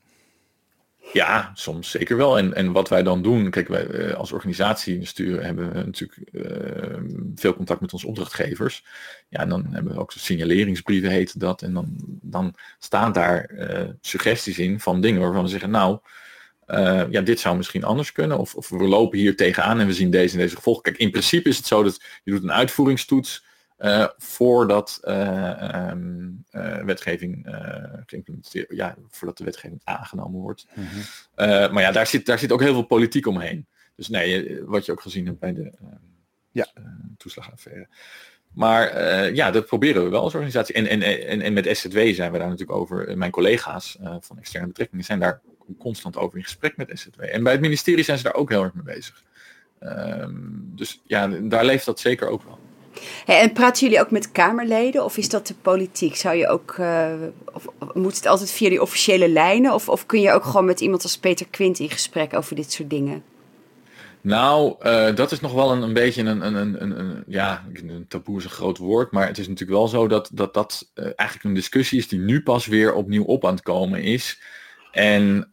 Ja, soms zeker wel. En, en wat wij dan doen, kijk, wij als organisatie sturen hebben we natuurlijk uh, veel contact met onze opdrachtgevers. Ja, en dan hebben we ook signaleringsbrieven, heet dat. En dan, dan staan daar uh, suggesties in van dingen waarvan we zeggen, nou, uh, ja, dit zou misschien anders kunnen. Of, of we lopen hier tegenaan en we zien deze en deze gevolgen. Kijk, in principe is het zo dat je doet een uitvoeringstoets. Uh, voordat uh, um, uh, wetgeving uh, geïmplementeerd, ja, voordat de wetgeving aangenomen wordt. Mm-hmm. Uh, maar ja, daar zit, daar zit ook heel veel politiek omheen. Dus nee, wat je ook gezien hebt bij de uh, ja. uh, toeslagaffaire. Maar uh, ja, dat proberen we wel als organisatie. En, en, en, en met S Z W zijn we daar natuurlijk over. Mijn collega's uh, van externe betrekkingen zijn daar constant over in gesprek met S Z W. En bij het ministerie zijn ze daar ook heel erg mee bezig. Uh, dus ja, daar leeft dat zeker ook wel. Hey, en praten jullie ook met Kamerleden of is dat de politiek? Zou je ook, uh, of, of moet het altijd via die officiële lijnen? Of, of kun je ook gewoon met iemand als Peter Quint in gesprek over dit soort dingen? Nou, uh, dat is nog wel een, een beetje een, een, een, een, een, ja, een taboe is een groot woord, maar het is natuurlijk wel zo dat dat, dat uh, eigenlijk een discussie is die nu pas weer opnieuw op aan het komen is. En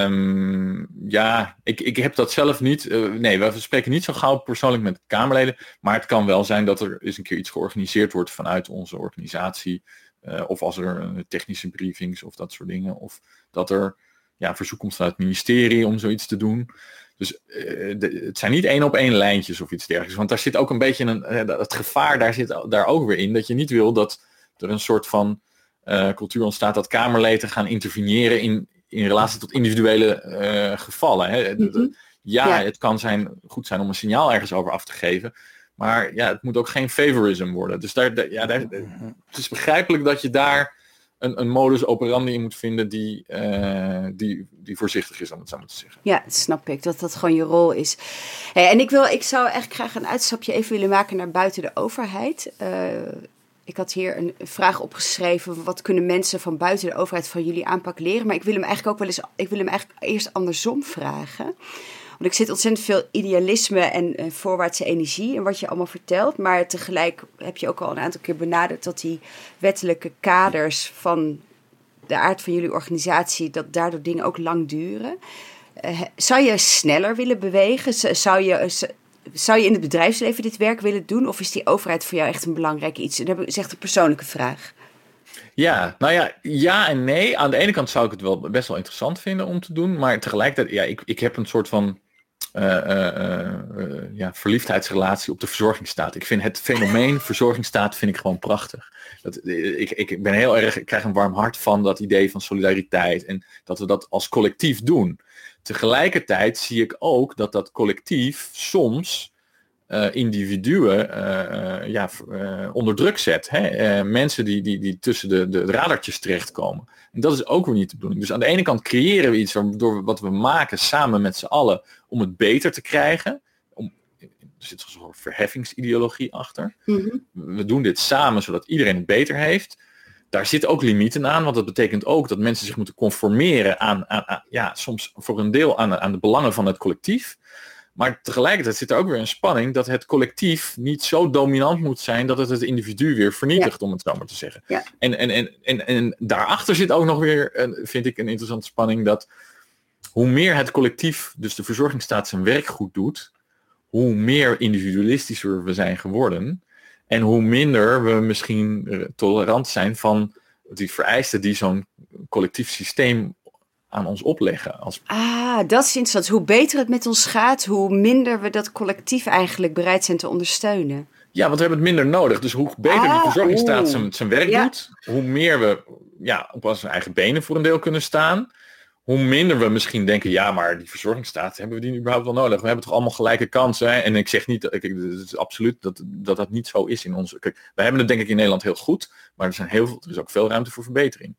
um, ja, ik, ik heb dat zelf niet. Uh, nee, we spreken niet zo gauw persoonlijk met Kamerleden. Maar het kan wel zijn dat er eens een keer iets georganiseerd wordt vanuit onze organisatie. Uh, of als er uh, technische briefings of dat soort dingen. Of dat er ja, verzoek komt vanuit het ministerie om zoiets te doen. Dus uh, de, het zijn niet één op één lijntjes of iets dergelijks. Want daar zit ook een beetje een, uh, het gevaar daar zit daar ook weer in. Dat je niet wil dat er een soort van uh, cultuur ontstaat dat Kamerleden gaan interveneren in... in relatie tot individuele uh, gevallen. Hè. Mm-hmm. Ja, ja, het kan zijn, goed zijn om een signaal ergens over af te geven. Maar ja, het moet ook geen favorism worden. Dus daar, daar, ja, daar, het is begrijpelijk dat je daar een, een modus operandi in moet vinden die, uh, die, die voorzichtig is, om het zo maar te zeggen. Ja, dat snap ik. Dat dat gewoon je rol is. Hey, en ik, wil, ik zou echt graag een uitstapje even willen maken naar buiten de overheid. Uh, Ik had hier een vraag opgeschreven. Wat kunnen mensen van buiten de overheid van jullie aanpak leren? Maar ik wil hem eigenlijk ook wel eens. Ik wil hem eigenlijk eerst andersom vragen. Want ik zit ontzettend veel idealisme en, en voorwaartse energie in wat je allemaal vertelt. Maar tegelijk heb je ook al een aantal keer benaderd dat die wettelijke kaders van de aard van jullie organisatie, dat daardoor dingen ook lang duren. Uh, zou je sneller willen bewegen? Zou je. Zou je in het bedrijfsleven dit werk willen doen? Of is die overheid voor jou echt een belangrijk iets? En dat is echt een persoonlijke vraag. Ja, nou ja, ja en nee. Aan de ene kant zou ik het wel best wel interessant vinden om te doen. Maar tegelijkertijd, ja, ik, ik heb een soort van uh, uh, uh, ja, verliefdheidsrelatie op de verzorgingsstaat. Ik vind het fenomeen verzorgingsstaat vind ik gewoon prachtig. Dat, ik, ik ben heel erg, ik krijg een warm hart van dat idee van solidariteit en dat we dat als collectief doen. Tegelijkertijd zie ik ook dat dat collectief soms uh, individuen uh, uh, ja, uh, onder druk zet. Hè? Uh, mensen die, die, die tussen de, de radartjes terechtkomen. En dat is ook weer niet de bedoeling. Dus aan de ene kant creëren we iets door wat we maken samen met z'n allen om het beter te krijgen. Om, er zit een soort verheffingsideologie achter. Mm-hmm. We doen dit samen zodat iedereen het beter heeft. Daar zitten ook limieten aan, want dat betekent ook dat mensen zich moeten conformeren aan, aan, aan ja, soms voor een deel aan, aan de belangen van het collectief. Maar tegelijkertijd zit er ook weer een spanning dat het collectief niet zo dominant moet zijn dat het het individu weer vernietigt, ja. om het zo maar te zeggen. Ja. En, en, en, en, en daarachter zit ook nog weer, vind ik, een interessante spanning dat hoe meer het collectief, dus de verzorgingsstaat, zijn werk goed doet, hoe meer individualistischer we zijn geworden. En hoe minder we misschien tolerant zijn van die vereisten die zo'n collectief systeem aan ons opleggen. Als... Ah, dat is interessant. Hoe beter het met ons gaat, hoe minder we dat collectief eigenlijk bereid zijn te ondersteunen. Ja, want we hebben het minder nodig. Dus hoe beter ah, de verzorgingsstaat zijn, zijn werk ja. doet, hoe meer we ja, op onze eigen benen voor een deel kunnen staan. Hoe minder we misschien denken, ja, maar die verzorgingsstaat, hebben we die überhaupt wel nodig? We hebben toch allemaal gelijke kansen? Hè? En ik zeg niet, kijk, het is absoluut dat, dat dat niet zo is in onze... Kijk, wij hebben het denk ik in Nederland heel goed, maar er, zijn heel veel, er is ook veel ruimte voor verbetering.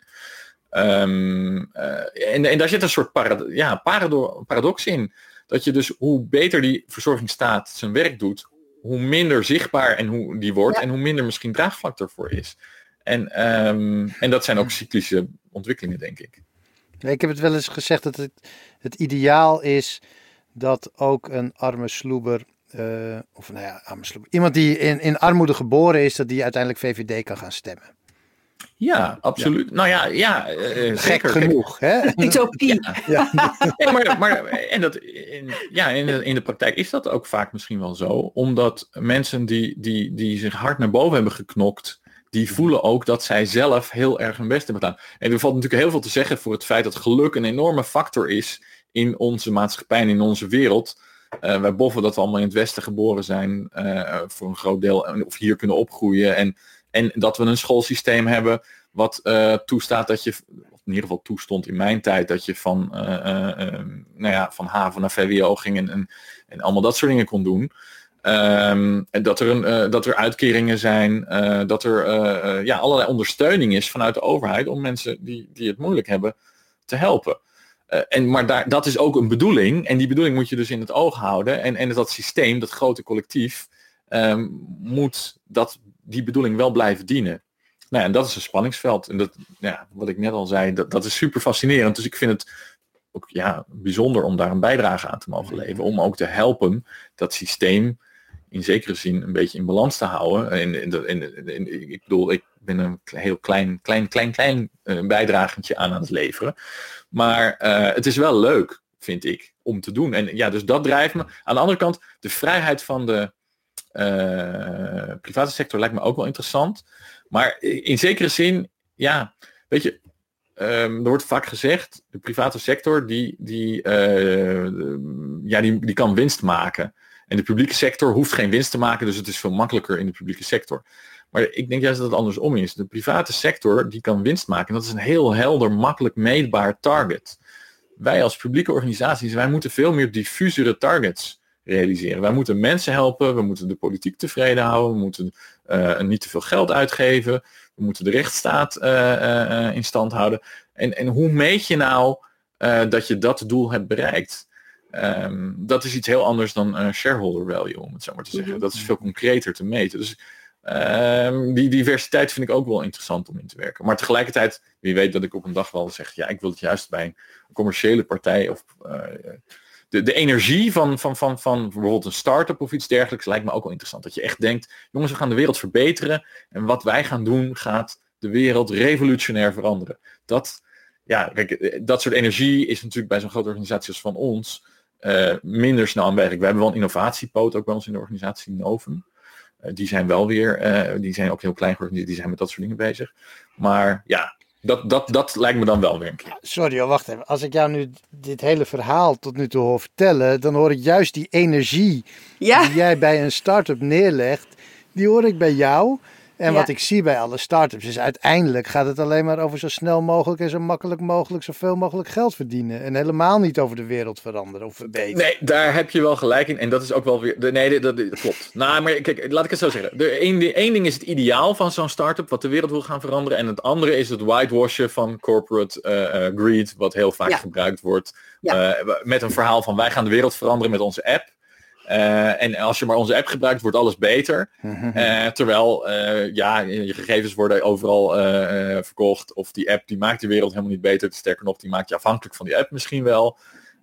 Um, uh, en, en daar zit een soort parado- ja, parado- paradox in. Dat je dus, hoe beter die verzorgingsstaat zijn werk doet, hoe minder zichtbaar en hoe die wordt ja. en hoe minder misschien draagvlak ervoor is. En, um, en dat zijn ook cyclische ontwikkelingen, denk ik. Ik heb het wel eens gezegd dat het, het ideaal is dat ook een arme sloeber, uh, of nou ja, arme sloeber, iemand die in, in armoede geboren is, dat die uiteindelijk V V D kan gaan stemmen. Ja, absoluut. Ja. Nou ja, ja uh, gek zeker. genoeg, hè? Utopie. Ja. Ja. Nee, maar, maar en dat, in, ja, in de, in de praktijk is dat ook vaak misschien wel zo, omdat mensen die, die, die zich hard naar boven hebben geknokt, die voelen ook dat zij zelf heel erg hun best hebben gedaan. En er valt natuurlijk heel veel te zeggen voor het feit dat geluk een enorme factor is in onze maatschappij en in onze wereld. Uh, wij boffen dat we allemaal in het Westen geboren zijn, uh, voor een groot deel, of hier kunnen opgroeien. En, en dat we een schoolsysteem hebben wat uh, toestaat dat je, of in ieder geval toestond in mijn tijd, dat je van, uh, uh, uh, nou ja, van HAVO naar V W O ging en, en, en allemaal dat soort dingen kon doen. Um, en dat er, een, uh, dat er uitkeringen zijn, uh, dat er uh, uh, ja, allerlei ondersteuning is vanuit de overheid om mensen die, die het moeilijk hebben te helpen. Uh, en, maar daar, dat is ook een bedoeling en die bedoeling moet je dus in het oog houden. En, en dat systeem, dat grote collectief, um, moet dat, die bedoeling wel blijven dienen. Nou, en dat is een spanningsveld. En dat, ja, wat ik net al zei, dat, dat is super fascinerend. Dus ik vind het ook ja, bijzonder om daar een bijdrage aan te mogen leveren. Om ook te helpen dat systeem in zekere zin een beetje in balans te houden. En, en, en, en, ik bedoel, ik ben een heel klein, klein, klein, klein uh, bijdragentje aan aan het leveren. Maar uh, het is wel leuk, vind ik, om te doen. En ja, dus dat drijft me. Aan de andere kant, de vrijheid van de uh, private sector lijkt me ook wel interessant. Maar in zekere zin, ja, weet je, um, er wordt vaak gezegd, de private sector, die, die, uh, ja, die, die kan winst maken. En de publieke sector hoeft geen winst te maken, dus het is veel makkelijker in de publieke sector. Maar ik denk juist dat het andersom is. De private sector, die kan winst maken. En dat is een heel helder, makkelijk meetbaar target. Wij als publieke organisaties, wij moeten veel meer diffusere targets realiseren. Wij moeten mensen helpen, we moeten de politiek tevreden houden, we moeten uh, niet te veel geld uitgeven, we moeten de rechtsstaat uh, uh, in stand houden. En, en hoe meet je nou uh, dat je dat doel hebt bereikt? Um, dat is iets heel anders dan uh, shareholder value, om het zo maar te zeggen. Dat is veel concreter te meten. Dus um, die diversiteit vind ik ook wel interessant om in te werken. Maar tegelijkertijd, wie weet dat ik op een dag wel zeg, ja, ik wil het juist bij een commerciële partij of uh, de, de energie van, van, van, van bijvoorbeeld een start-up of iets dergelijks lijkt me ook wel interessant. Dat je echt denkt, jongens, we gaan de wereld verbeteren en wat wij gaan doen gaat de wereld revolutionair veranderen. Dat, ja, kijk, dat soort energie is natuurlijk bij zo'n grote organisatie als van ons Uh, minder snel aanwezig. We hebben wel een innovatiepoot ook bij ons in de organisatie Novum. Uh, die zijn wel weer, uh, die zijn ook heel klein georganiseerd, die zijn met dat soort dingen bezig. Maar ja, Dat, dat, dat lijkt me dan wel weer een keer. Sorry, oh, wacht even. Als ik jou nu dit hele verhaal tot nu toe hoor vertellen, dan hoor ik juist die energie Ja. die jij bij een start-up neerlegt, die hoor ik bij jou. En Ja. wat ik zie bij alle start-ups is uiteindelijk gaat het alleen maar over zo snel mogelijk en zo makkelijk mogelijk zoveel mogelijk geld verdienen. En helemaal niet over de wereld veranderen of verbeteren. Nee, daar heb je wel gelijk in. En dat is ook wel weer... De, nee, dat, dat klopt. Nou, maar kijk, laat ik het zo zeggen. De één, één ding is het ideaal van zo'n start-up, wat de wereld wil gaan veranderen. En het andere is het whitewashen van corporate uh, uh, greed, wat heel vaak Ja. gebruikt wordt. Ja. Uh, met een verhaal van wij gaan de wereld veranderen met onze app. Uh, en als je maar onze app gebruikt, wordt alles beter. Uh, terwijl, uh, ja, je gegevens worden overal uh, uh, verkocht. Of die app, die maakt de wereld helemaal niet beter. Sterker nog, die maakt je afhankelijk van die app misschien wel.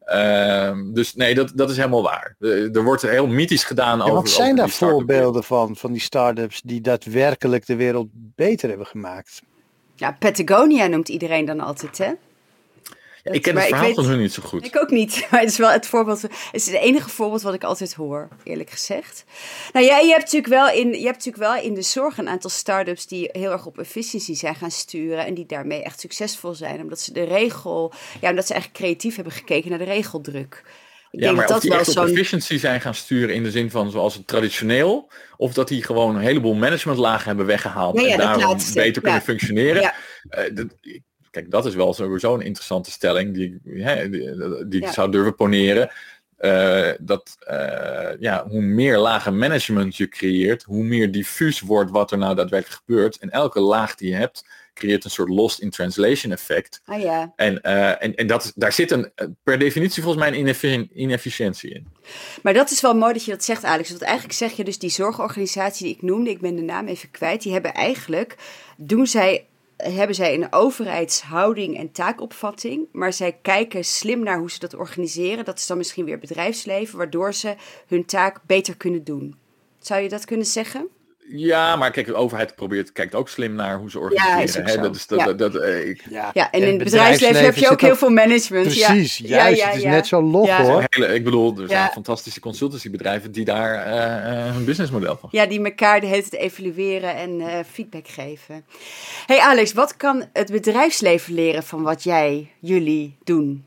Uh, dus nee, dat, dat is helemaal waar. Uh, er wordt heel mythisch gedaan Ja, over... wat zijn over daar die start-up voorbeelden van, van die start-ups die daadwerkelijk de wereld beter hebben gemaakt? Ja, Patagonia noemt iedereen dan altijd, hè? Ja, ik ken maar het ik verhaal weet- van hun niet zo goed. Ik ook niet, maar het is wel het voorbeeld. Het is het enige voorbeeld wat ik altijd hoor, eerlijk gezegd. Nou ja, je hebt natuurlijk wel in, je hebt natuurlijk wel in de zorg een aantal start-ups die heel erg op efficiëntie zijn gaan sturen en die daarmee echt succesvol zijn, omdat ze de regel, ja, omdat ze eigenlijk creatief hebben gekeken naar de regeldruk. Ik Ja, denk maar dat of dat die wel echt op zo'n... efficiency zijn gaan sturen in de zin van zoals het traditioneel, of dat die gewoon een heleboel managementlagen hebben weggehaald Ja, ja, en dat daarom laatste, beter kunnen ja. functioneren. Ja. Uh, dat, kijk, dat is wel sowieso een interessante stelling die, hè, die, die ik Ja. zou durven poneren. Uh, dat uh, ja, hoe meer lagen management je creëert, hoe meer diffuus wordt wat er nou daadwerkelijk gebeurt. En elke laag die je hebt, creëert een soort lost in translation effect. Ah ja. En, uh, en, en dat, daar zit een, per definitie volgens mij een ineffi- inefficiëntie in. Maar dat is wel mooi dat je dat zegt, Alex. Want eigenlijk zeg je dus die zorgorganisatie die ik noemde, ik ben de naam even kwijt, die hebben eigenlijk, doen zij, hebben zij een overheidshouding en taakopvatting, maar zij kijken slim naar hoe ze dat organiseren. Dat is dan misschien weer bedrijfsleven, waardoor ze hun taak beter kunnen doen. Zou je dat kunnen zeggen? Ja, maar kijk, de overheid probeert, kijkt ook slim naar hoe ze organiseren. Ja, is ook hè? zo. Dat is dat, Ja. dat, dat, eh, ik, Ja, en in het bedrijfsleven heb je ook zit heel veel management. Precies, ja. juist. Ja, ja, Het is ja. net zo log Ja. hoor. hele, ik bedoel, er zijn Ja. fantastische consultancybedrijven die daar uh, uh, hun businessmodel van. Ja, die elkaar de hele tijd evalueren en uh, feedback geven. Hey Alex, wat kan het bedrijfsleven leren van wat jij, jullie doen?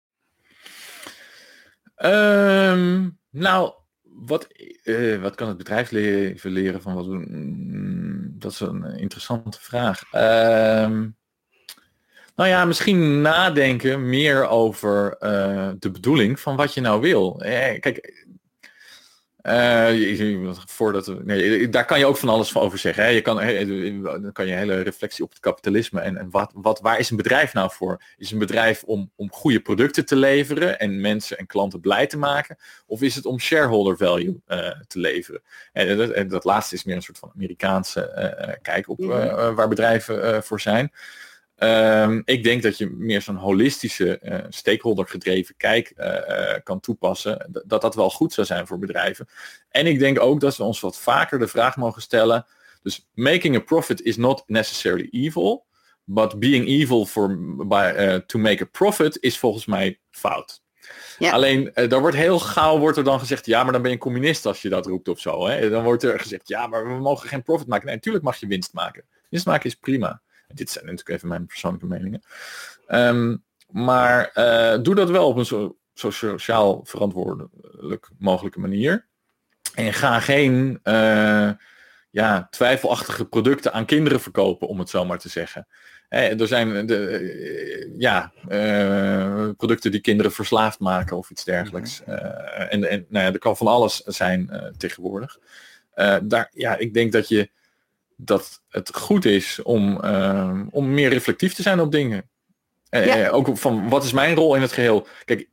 Um, nou, wat, uh, wat kan het bedrijfsleven leren van wat we mm, dat is een interessante vraag. Um, nou ja, misschien nadenken meer over uh, de bedoeling van wat je nou wil. Eh, kijk, uh, voordat we, nee, daar kan je ook van alles van over zeggen. Hè. Je kan, dan kan je hele reflectie op het kapitalisme en, en wat, wat, waar is een bedrijf nou voor? Is een bedrijf om, om goede producten te leveren en mensen en klanten blij te maken? Of is het om shareholder value uh, te leveren? En dat, en dat laatste is meer een soort van Amerikaanse uh, kijk op uh, uh, waar bedrijven uh, voor zijn. Um, ik denk dat je meer zo'n holistische, uh, stakeholder gedreven kijk uh, uh, kan toepassen. D- dat dat wel goed zou zijn voor bedrijven. En ik denk ook dat we ons wat vaker de vraag mogen stellen. Dus making a profit is not necessarily evil. But being evil for, by, uh, to make a profit is volgens mij fout. Ja. Alleen, uh, daar wordt heel gauw wordt er dan gezegd, ja, maar dan ben je een communist als je dat roept of zo. Hè? Dan wordt er gezegd, ja, maar we mogen geen profit maken. Nee, natuurlijk mag je winst maken. Winst maken is prima. Dit zijn natuurlijk even mijn persoonlijke meningen. Um, maar uh, doe dat wel op een zo, zo sociaal verantwoordelijk mogelijke manier. En ga geen uh, ja, twijfelachtige producten aan kinderen verkopen, om het zo maar te zeggen. Hey, er zijn de, uh, ja, uh, producten die kinderen verslaafd maken of iets dergelijks. Uh, en en nou ja, er kan van alles zijn uh, tegenwoordig. Uh, daar, ja, ik denk dat je dat het goed is om, uh, om meer reflectief te zijn op dingen. Uh, ja. uh, ook van, wat is mijn rol in het geheel? Kijk,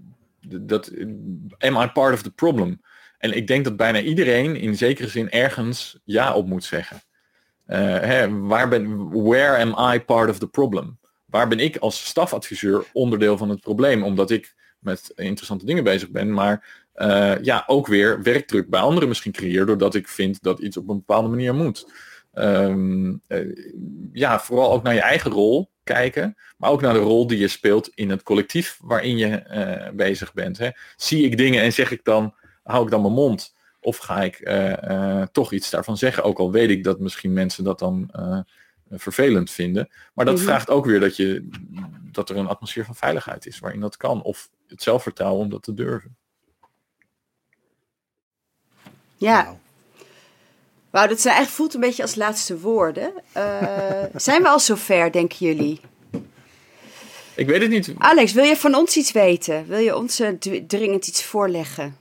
dat, am I part of the problem? En ik denk dat bijna iedereen in zekere zin ergens ja op moet zeggen. Uh, hè, waar ben, where am I part of the problem? Waar ben ik als stafadviseur onderdeel van het probleem? Omdat ik met interessante dingen bezig ben, maar uh, ja, ook weer werkdruk bij anderen misschien creëer, doordat ik vind dat iets op een bepaalde manier moet. Um, uh, ja, vooral ook naar je eigen rol kijken, maar ook naar de rol die je speelt in het collectief waarin je uh, bezig bent. Hè. Zie ik dingen en zeg ik dan, hou ik dan mijn mond? Of ga ik uh, uh, toch iets daarvan zeggen, ook al weet ik dat misschien mensen dat dan uh, uh, vervelend vinden. Maar dat Mm-hmm. vraagt ook weer dat, je, dat er een atmosfeer van veiligheid is waarin dat kan. Of het zelfvertrouwen om dat te durven. Ja. Nou. Wauw, dat zijn eigenlijk voelt een beetje als laatste woorden. Uh, zijn we al zover, denken jullie? Ik weet het niet. Alex, wil je van ons iets weten? Wil je ons uh, d- dringend iets voorleggen?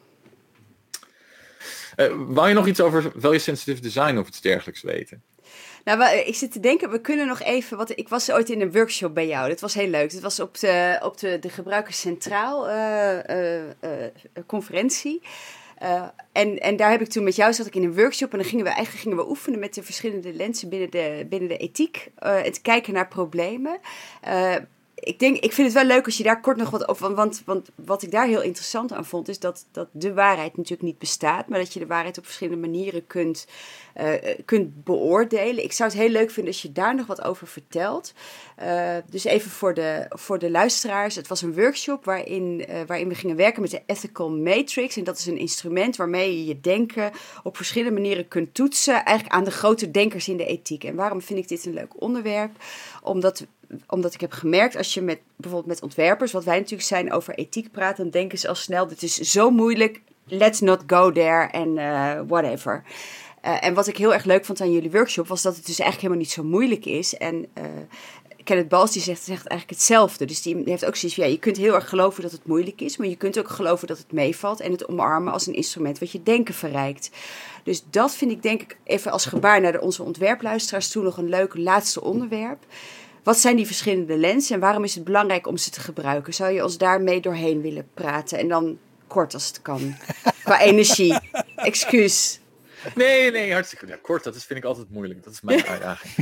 Uh, wou je nog iets over value sensitive design of iets dergelijks weten? Nou, ik zit te denken, we kunnen nog even... Wat, ik was ooit in een workshop bij jou. Dat was heel leuk. Het was op de, op de, de Gebruikers Centraal uh, uh, uh, conferentie. Uh, en, en daar heb ik toen met jou zat ik in een workshop. En dan gingen we eigenlijk gingen we oefenen met de verschillende lenzen binnen de, binnen de ethiek. Uh, en te kijken naar problemen. Uh, Ik denk, ik vind het wel leuk als je daar kort nog wat over... Want, want wat ik daar heel interessant aan vond... is dat, dat de waarheid natuurlijk niet bestaat... maar dat je de waarheid op verschillende manieren kunt, uh, kunt beoordelen. Ik zou het heel leuk vinden als je daar nog wat over vertelt. Uh, dus even voor de, voor de luisteraars. Het was een workshop waarin, uh, waarin we gingen werken met de Ethical Matrix. En dat is een instrument waarmee je je denken... op verschillende manieren kunt toetsen... eigenlijk aan de grote denkers in de ethiek. En waarom vind ik dit een leuk onderwerp? Omdat... Omdat ik heb gemerkt, als je met bijvoorbeeld met ontwerpers, wat wij natuurlijk zijn, over ethiek praat, dan denken ze al snel, dit is zo moeilijk, let's not go there en uh, whatever. Uh, en wat ik heel erg leuk vond aan jullie workshop, was dat het dus eigenlijk helemaal niet zo moeilijk is. En uh, Kenneth Bals die zegt, zegt eigenlijk hetzelfde. Dus die heeft ook zoiets van, ja, je kunt heel erg geloven dat het moeilijk is, maar je kunt ook geloven dat het meevalt en het omarmen als een instrument wat je denken verrijkt. Dus dat vind ik denk ik even als gebaar naar de, onze ontwerpluisteraars toe nog een leuk laatste onderwerp. Wat zijn die verschillende lenzen en waarom is het belangrijk om ze te gebruiken? Zou je ons daarmee doorheen willen praten? En dan kort als het kan. Qua energie. Excuus. Nee, nee, hartstikke ja, kort. Dat is, vind ik altijd moeilijk. Dat is mijn uitdaging.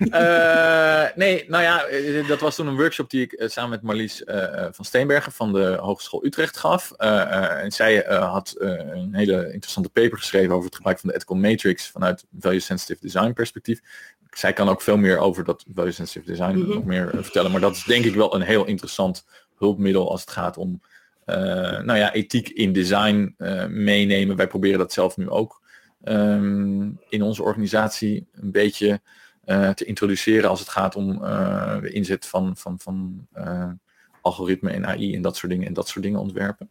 uh, nee, nou ja, dat was toen een workshop die ik uh, samen met Marlies uh, van Steenbergen van de Hogeschool Utrecht gaf. Uh, uh, en zij uh, had uh, een hele interessante paper geschreven over het gebruik van de Ethical Matrix vanuit value sensitive design perspectief. Zij kan ook veel meer over dat value sensitive design mm-hmm. nog meer uh, vertellen. Maar dat is denk ik wel een heel interessant hulpmiddel als het gaat om uh, nou ja, ethiek in design uh, meenemen. Wij proberen dat zelf nu ook um, in onze organisatie een beetje uh, te introduceren als het gaat om uh, de inzet van, van, van uh, algoritme en A I en dat soort dingen en dat soort dingen ontwerpen.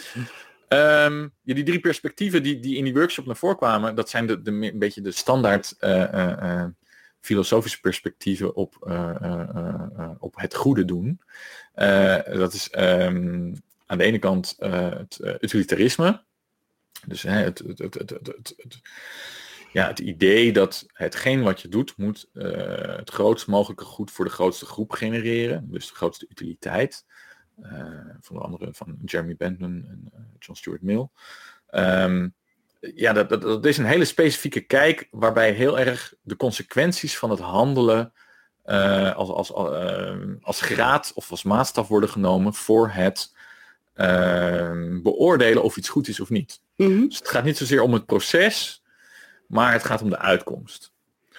Um, ja, die drie perspectieven die, die in die workshop naar voren kwamen, dat zijn de, de, een beetje de standaard uh, uh, uh, filosofische perspectieven op, uh, uh, uh, op het goede doen. Uh, dat is um, aan de ene kant uh, het uh, utilitarisme. Dus uh, het, het, het, het, het, het, het, ja, het idee dat hetgeen wat je doet moet uh, het grootst mogelijke goed voor de grootste groep genereren. Dus de grootste utiliteit. Uh, van andere van Jeremy Bentham en uh, John Stuart Mill. Um, ja, dat, dat, dat is een hele specifieke kijk waarbij heel erg de consequenties van het handelen uh, als, als, uh, als graad of als maatstaf worden genomen voor het uh, beoordelen of iets goed is of niet. Mm-hmm. Dus het gaat niet zozeer om het proces, maar het gaat om de uitkomst.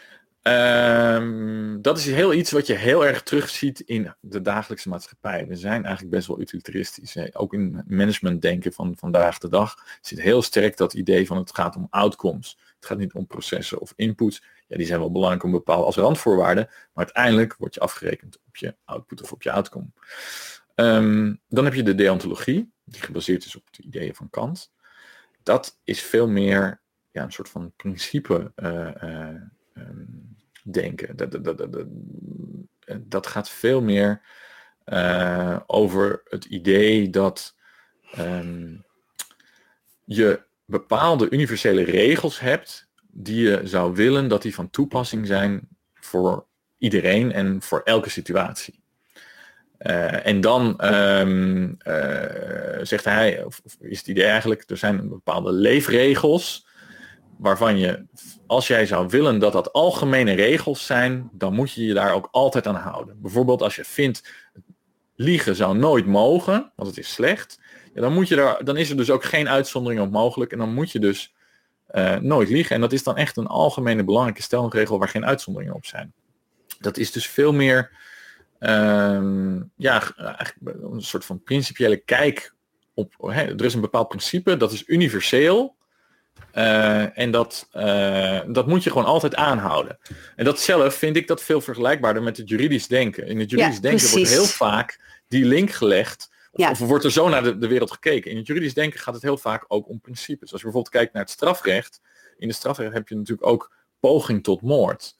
Um, dat is heel iets wat je heel erg terugziet in de dagelijkse maatschappij. We zijn eigenlijk best wel utilitaristisch. Hè? Ook in managementdenken van vandaag de dag zit heel sterk dat idee van het gaat om outcomes. Het gaat niet om processen of inputs. Ja, die zijn wel belangrijk om bepaalde als randvoorwaarden. Maar uiteindelijk word je afgerekend op je output of op je outcome. Um, dan heb je de deontologie, die gebaseerd is op de ideeën van Kant. Dat is veel meer ja, een soort van principe uh, uh, um, denken. Dat, dat, dat, dat, dat gaat veel meer uh, over het idee dat um, je bepaalde universele regels hebt die je zou willen dat die van toepassing zijn voor iedereen en voor elke situatie. Uh, en dan um, uh, zegt hij, of is het idee eigenlijk, er zijn bepaalde leefregels waarvan je, als jij zou willen dat dat algemene regels zijn, dan moet je je daar ook altijd aan houden. Bijvoorbeeld als je vindt, liegen zou nooit mogen, want het is slecht, ja, dan, moet je daar, dan is er dus ook geen uitzondering op mogelijk en dan moet je dus uh, nooit liegen. En dat is dan echt een algemene belangrijke stelregel waar geen uitzonderingen op zijn. Dat is dus veel meer um, ja, eigenlijk een soort van principiële kijk op, hè, er is een bepaald principe, dat is universeel. Uh, en dat, uh, dat moet je gewoon altijd aanhouden. En dat zelf vind ik dat veel vergelijkbaarder met het juridisch denken. In het juridisch ja, denken precies. wordt heel vaak die link gelegd. Of, ja. of wordt er zo naar de, de wereld gekeken. In het juridisch denken gaat het heel vaak ook om principes. Als je bijvoorbeeld kijkt naar het strafrecht. In het strafrecht heb je natuurlijk ook poging tot moord.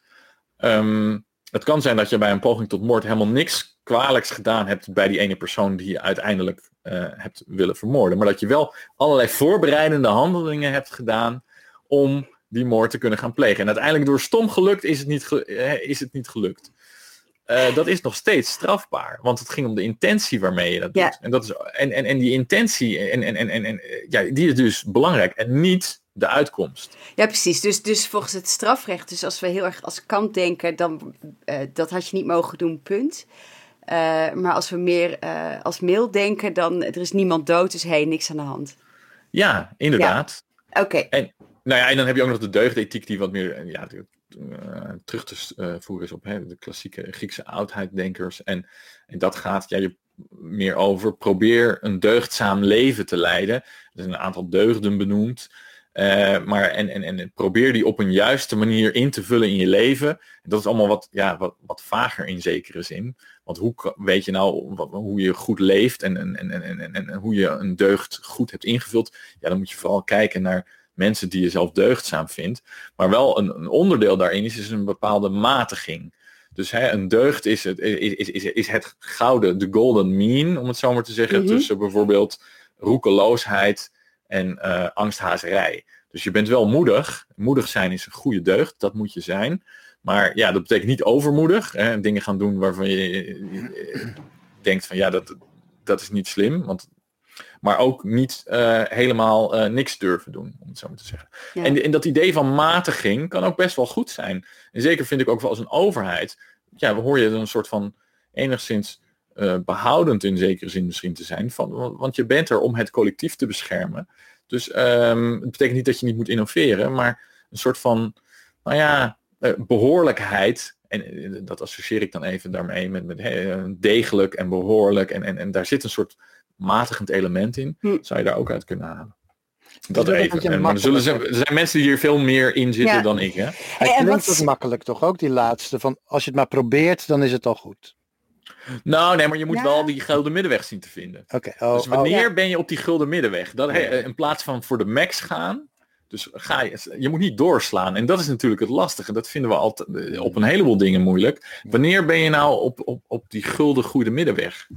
Um, het kan zijn dat je bij een poging tot moord helemaal niks kwalijks gedaan hebt bij die ene persoon die je uiteindelijk uh, hebt willen vermoorden. Maar dat je wel allerlei voorbereidende handelingen hebt gedaan om die moord te kunnen gaan plegen. En uiteindelijk door stom gelukt is het niet, ge- is het niet gelukt. Uh, dat is nog steeds strafbaar. Want het ging om de intentie waarmee je dat doet. Ja. En, dat is, en, en, en die intentie, en, en, en, en, en, ja, die is dus belangrijk. En niet de uitkomst. Ja, precies. Dus, dus volgens het strafrecht, dus als we heel erg als Kant denken, dan uh, dat had je niet mogen doen, punt. Uh, maar als we meer uh, als Mill denken, dan er is niemand dood, dus hey, niks aan de hand. Ja, inderdaad. Ja. Oké. Okay. En, nou ja, en dan heb je ook nog de deugdethiek die wat meer ja, die, uh, terug te uh, voeren is op hè, de klassieke Griekse oudheiddenkers. En, en dat gaat ja, je meer over probeer een deugdzaam leven te leiden. Er zijn een aantal deugden benoemd. Uh, maar en, en, en probeer die op een juiste manier in te vullen in je leven. Dat is allemaal wat, ja, wat, wat vager in zekere zin. Want hoe weet je nou wat, hoe je goed leeft en, en, en, en, en, en hoe je een deugd goed hebt ingevuld. Ja, dan moet je vooral kijken naar mensen die je zelf deugdzaam vindt. Maar wel een, een onderdeel daarin is, is een bepaalde matiging. Dus hè, een deugd is het, is, is, is, is het gouden, de golden mean, om het zo maar te zeggen. Mm-hmm. Tussen bijvoorbeeld roekeloosheid en uh, angsthazerij. Dus je bent wel moedig. Moedig zijn is een goede deugd, dat moet je zijn. Maar ja, dat betekent niet overmoedig. Hè, dingen gaan doen waarvan je, je, je denkt van ja, dat, dat is niet slim. Want, maar ook niet uh, helemaal uh, niks durven doen, om het zo maar te zeggen. Ja. En, en dat idee van matiging kan ook best wel goed zijn. En zeker vind ik ook wel als een overheid. Ja, we hoor je een soort van enigszins uh, behoudend in zekere zin misschien te zijn. Van, want je bent er om het collectief te beschermen. Dus um, het betekent niet dat je niet moet innoveren, maar een soort van, nou ja, uh, behoorlijkheid. En uh, dat associeer ik dan even daarmee met, met hey, degelijk en behoorlijk. En, en, en daar zit een soort matigend element in. Hm. Zou je daar ook uit kunnen halen. Dat dat even. En, maar er, zullen ze, er zijn mensen die hier veel meer in zitten ja. dan ik. Hè? Hij klinkt wat makkelijk toch ook, die laatste. Van als je het maar probeert, dan is het al goed. Nou, nee, maar je moet ja. wel die gulden middenweg zien te vinden. Okay. Oh, dus wanneer oh, ja. ben je op die gulden middenweg? Dat, he, in plaats van voor de max gaan, dus ga je, je moet niet doorslaan. En dat is natuurlijk het lastige. Dat vinden we altijd op een heleboel dingen moeilijk. Wanneer ben je nou op, op, op die gulden goede middenweg?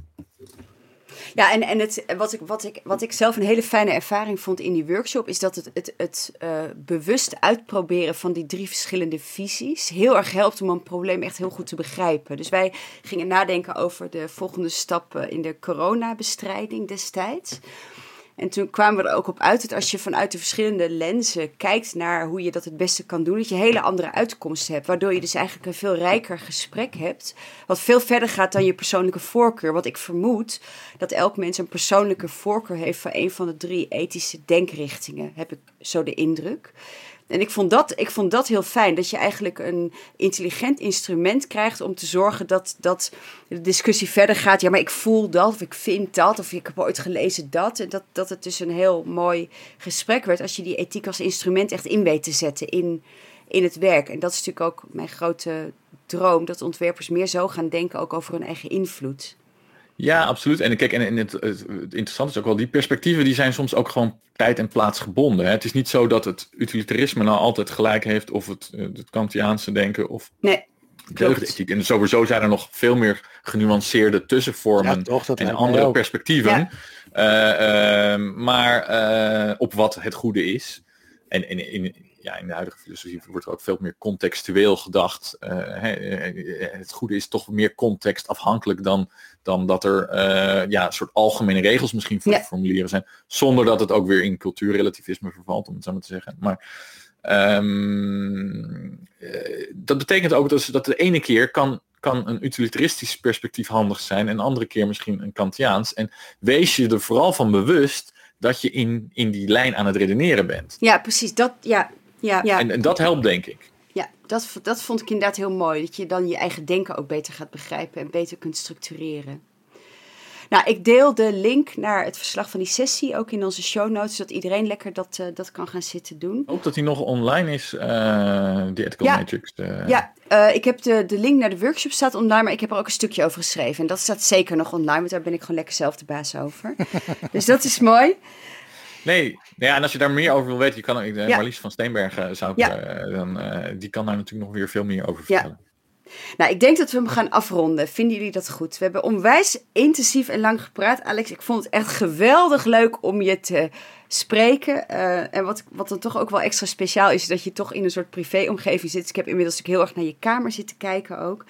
Ja, en, en het, wat, ik, wat, ik, wat ik zelf een hele fijne ervaring vond in die workshop, is dat het, het, het uh, bewust uitproberen van die drie verschillende visies heel erg helpt om een probleem echt heel goed te begrijpen. Dus wij gingen nadenken over de volgende stappen in de coronabestrijding destijds. En toen kwamen we er ook op uit dat als je vanuit de verschillende lenzen kijkt naar hoe je dat het beste kan doen, dat je hele andere uitkomsten hebt. Waardoor je dus eigenlijk een veel rijker gesprek hebt, wat veel verder gaat dan je persoonlijke voorkeur. Want ik vermoed dat elk mens een persoonlijke voorkeur heeft voor een van de drie ethische denkrichtingen, heb ik zo de indruk. En ik vond, dat, ik vond dat heel fijn, dat je eigenlijk een intelligent instrument krijgt om te zorgen dat, dat de discussie verder gaat. Ja, maar ik voel dat, of ik vind dat, of ik heb ooit gelezen dat. En dat, dat het dus een heel mooi gesprek werd als je die ethiek als instrument echt in weet te zetten in, in het werk. En dat is natuurlijk ook mijn grote droom, dat ontwerpers meer zo gaan denken ook over hun eigen invloed. Ja, absoluut. En kijk, en, en het, het, het interessante is ook wel, die perspectieven die zijn soms ook gewoon tijd en plaats gebonden. Hè? Het is niet zo dat het utilitarisme nou altijd gelijk heeft, of het, het Kantiaanse denken, of nee, deugdethiek. En sowieso zijn er nog veel meer genuanceerde tussenvormen ja, toch, en andere perspectieven. Ja. Uh, uh, maar uh, op wat het goede is. En, en in, ja, in de huidige filosofie wordt er ook veel meer contextueel gedacht. Uh, he, het goede is toch meer contextafhankelijk dan, dan dat er uh, ja, een soort algemene regels misschien voor ja. te formuleren zijn. Zonder dat het ook weer in cultuurrelativisme vervalt, om het zo maar te zeggen. Maar um, uh, dat betekent ook dat, dat de ene keer kan, kan een utilitaristisch perspectief handig zijn en de andere keer misschien een Kantiaans. En wees je er vooral van bewust dat je in, in die lijn aan het redeneren bent. Ja, precies. Dat, ja, ja, ja. En, en dat helpt, denk ik. Ja, dat, dat vond ik inderdaad heel mooi. Dat je dan je eigen denken ook beter gaat begrijpen en beter kunt structureren. Nou, ik deel de link naar het verslag van die sessie ook in onze show notes, zodat iedereen lekker dat, uh, dat kan gaan zitten doen. Ik hoop dat die nog online is, uh, die Ethical ja. Matrix. Uh. Ja, uh, ik heb de, de link naar de workshop staat online, maar ik heb er ook een stukje over geschreven. En dat staat zeker nog online, want daar ben ik gewoon lekker zelf de baas over. Dus dat is mooi. Nee, nou ja, en als je daar meer over wil weten, je kan, uh, ja. Marlies van Steenbergen, zou ik, ja. uh, dan, uh, die kan daar natuurlijk nog weer veel meer over vertellen. Ja. Nou, ik denk dat we hem gaan afronden. Vinden jullie dat goed? We hebben onwijs intensief en lang gepraat. Alex, ik vond het echt geweldig leuk om je te spreken. Uh, en wat, wat dan toch ook wel extra speciaal is, is dat je toch in een soort privé-omgeving zit. Dus ik heb inmiddels ook heel erg naar je kamer zitten kijken ook.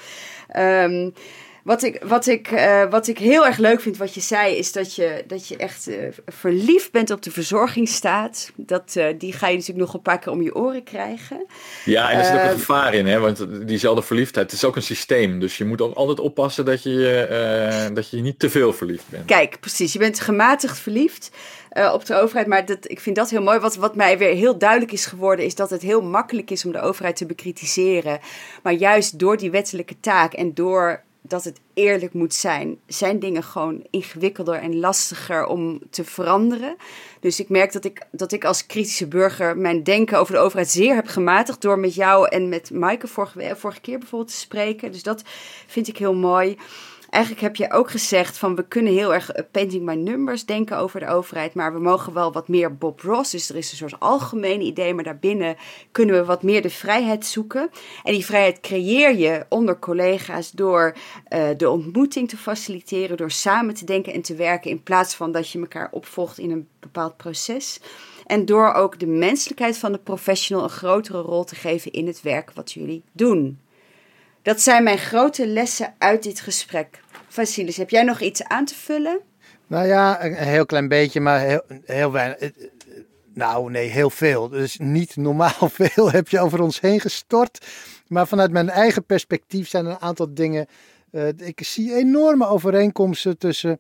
Um, Wat ik, wat, ik, uh, wat ik heel erg leuk vind wat je zei, is dat je, dat je echt uh, verliefd bent op de verzorgingsstaat. Dat, uh, die ga je natuurlijk nog een paar keer om je oren krijgen. Ja, en er zit ook Uh, een gevaar in, hè? Want diezelfde verliefdheid, het is ook een systeem. Dus je moet ook altijd oppassen dat je, uh, dat je niet te veel verliefd bent. Kijk, precies. Je bent gematigd verliefd uh, op de overheid. Maar dat, ik vind dat heel mooi. Wat, wat mij weer heel duidelijk is geworden, is dat het heel makkelijk is om de overheid te bekritiseren. Maar juist door die wettelijke taak en door dat het eerlijk moet zijn, zijn dingen gewoon ingewikkelder en lastiger om te veranderen. Dus ik merk dat ik, dat ik als kritische burger mijn denken over de overheid zeer heb gematigd door met jou en met Maaike vorige, vorige keer bijvoorbeeld te spreken. Dus dat vind ik heel mooi. Eigenlijk heb je ook gezegd van we kunnen heel erg painting by numbers denken over de overheid, maar we mogen wel wat meer Bob Ross. Dus er is een soort algemeen idee, maar daarbinnen kunnen we wat meer de vrijheid zoeken. En die vrijheid creëer je onder collega's door uh, de ontmoeting te faciliteren, door samen te denken en te werken in plaats van dat je elkaar opvolgt in een bepaald proces. En door ook de menselijkheid van de professional een grotere rol te geven in het werk wat jullie doen. Dat zijn mijn grote lessen uit dit gesprek. Vasilis, heb jij nog iets aan te vullen? Nou ja, een heel klein beetje, maar heel, heel weinig. Nou nee, heel veel. Dus niet normaal veel heb je over ons heen gestort. Maar vanuit mijn eigen perspectief zijn er een aantal dingen. Uh, ik zie enorme overeenkomsten tussen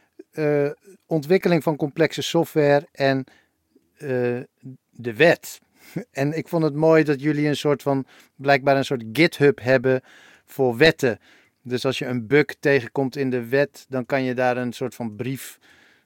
uh, ontwikkeling van complexe software en uh, de wet. En ik vond het mooi dat jullie een soort van, blijkbaar een soort GitHub hebben voor wetten. Dus als je een bug tegenkomt in de wet, dan kan je daar een soort van brief,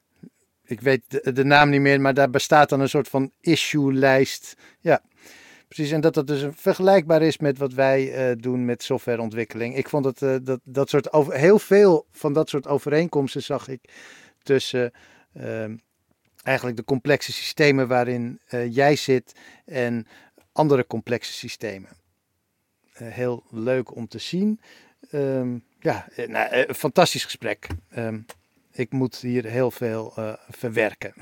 ik weet de, de naam niet meer, maar daar bestaat dan een soort van issue-lijst. Ja, precies. En dat dat dus vergelijkbaar is met wat wij uh, doen met softwareontwikkeling. Ik vond het, uh, dat, dat soort over, heel veel van dat soort overeenkomsten zag ik tussen Uh, eigenlijk de complexe systemen waarin uh, jij zit en andere complexe systemen. Uh, heel leuk om te zien. Um, ja, nou, uh, fantastisch gesprek. Um, ik moet hier heel veel uh, verwerken.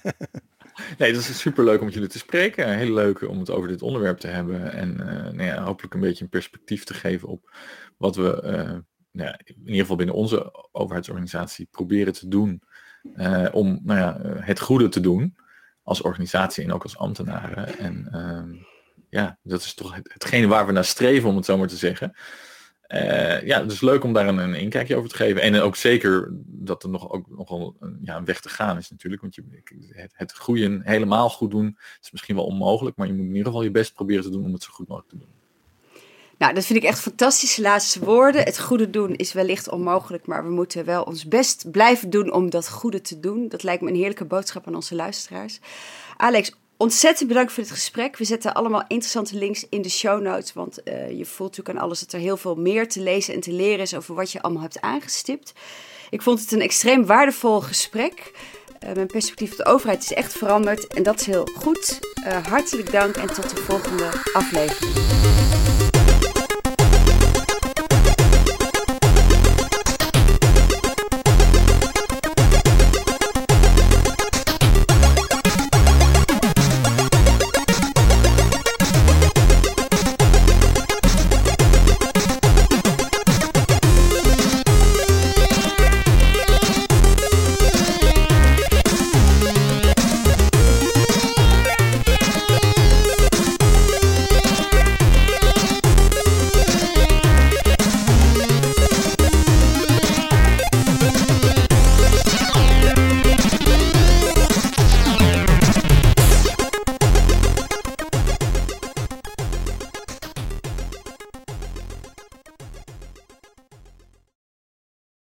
Nee, dat is superleuk om met jullie te spreken. Heel leuk om het over dit onderwerp te hebben. En uh, nou ja, hopelijk een beetje een perspectief te geven op wat we uh, nou ja, in ieder geval binnen onze overheidsorganisatie proberen te doen. Uh, om nou ja, het goede te doen als organisatie en ook als ambtenaren. En uh, ja, dat is toch het, hetgene waar we naar streven, om het zo maar te zeggen. Uh, ja, het is leuk om daar een, een inkijkje over te geven. En ook zeker dat er nog, ook nogal een, ja, een weg te gaan is natuurlijk. Want je, het, het groeien helemaal goed doen is misschien wel onmogelijk. Maar je moet in ieder geval je best proberen te doen om het zo goed mogelijk te doen. Nou, dat vind ik echt fantastische laatste woorden. Het goede doen is wellicht onmogelijk, maar we moeten wel ons best blijven doen om dat goede te doen. Dat lijkt me een heerlijke boodschap aan onze luisteraars. Alex, ontzettend bedankt voor dit gesprek. We zetten allemaal interessante links in de show notes, want uh, je voelt natuurlijk aan alles dat er heel veel meer te lezen en te leren is over wat je allemaal hebt aangestipt. Ik vond het een extreem waardevol gesprek. Uh, mijn perspectief op de overheid is echt veranderd en dat is heel goed. Uh, hartelijk dank en tot de volgende aflevering.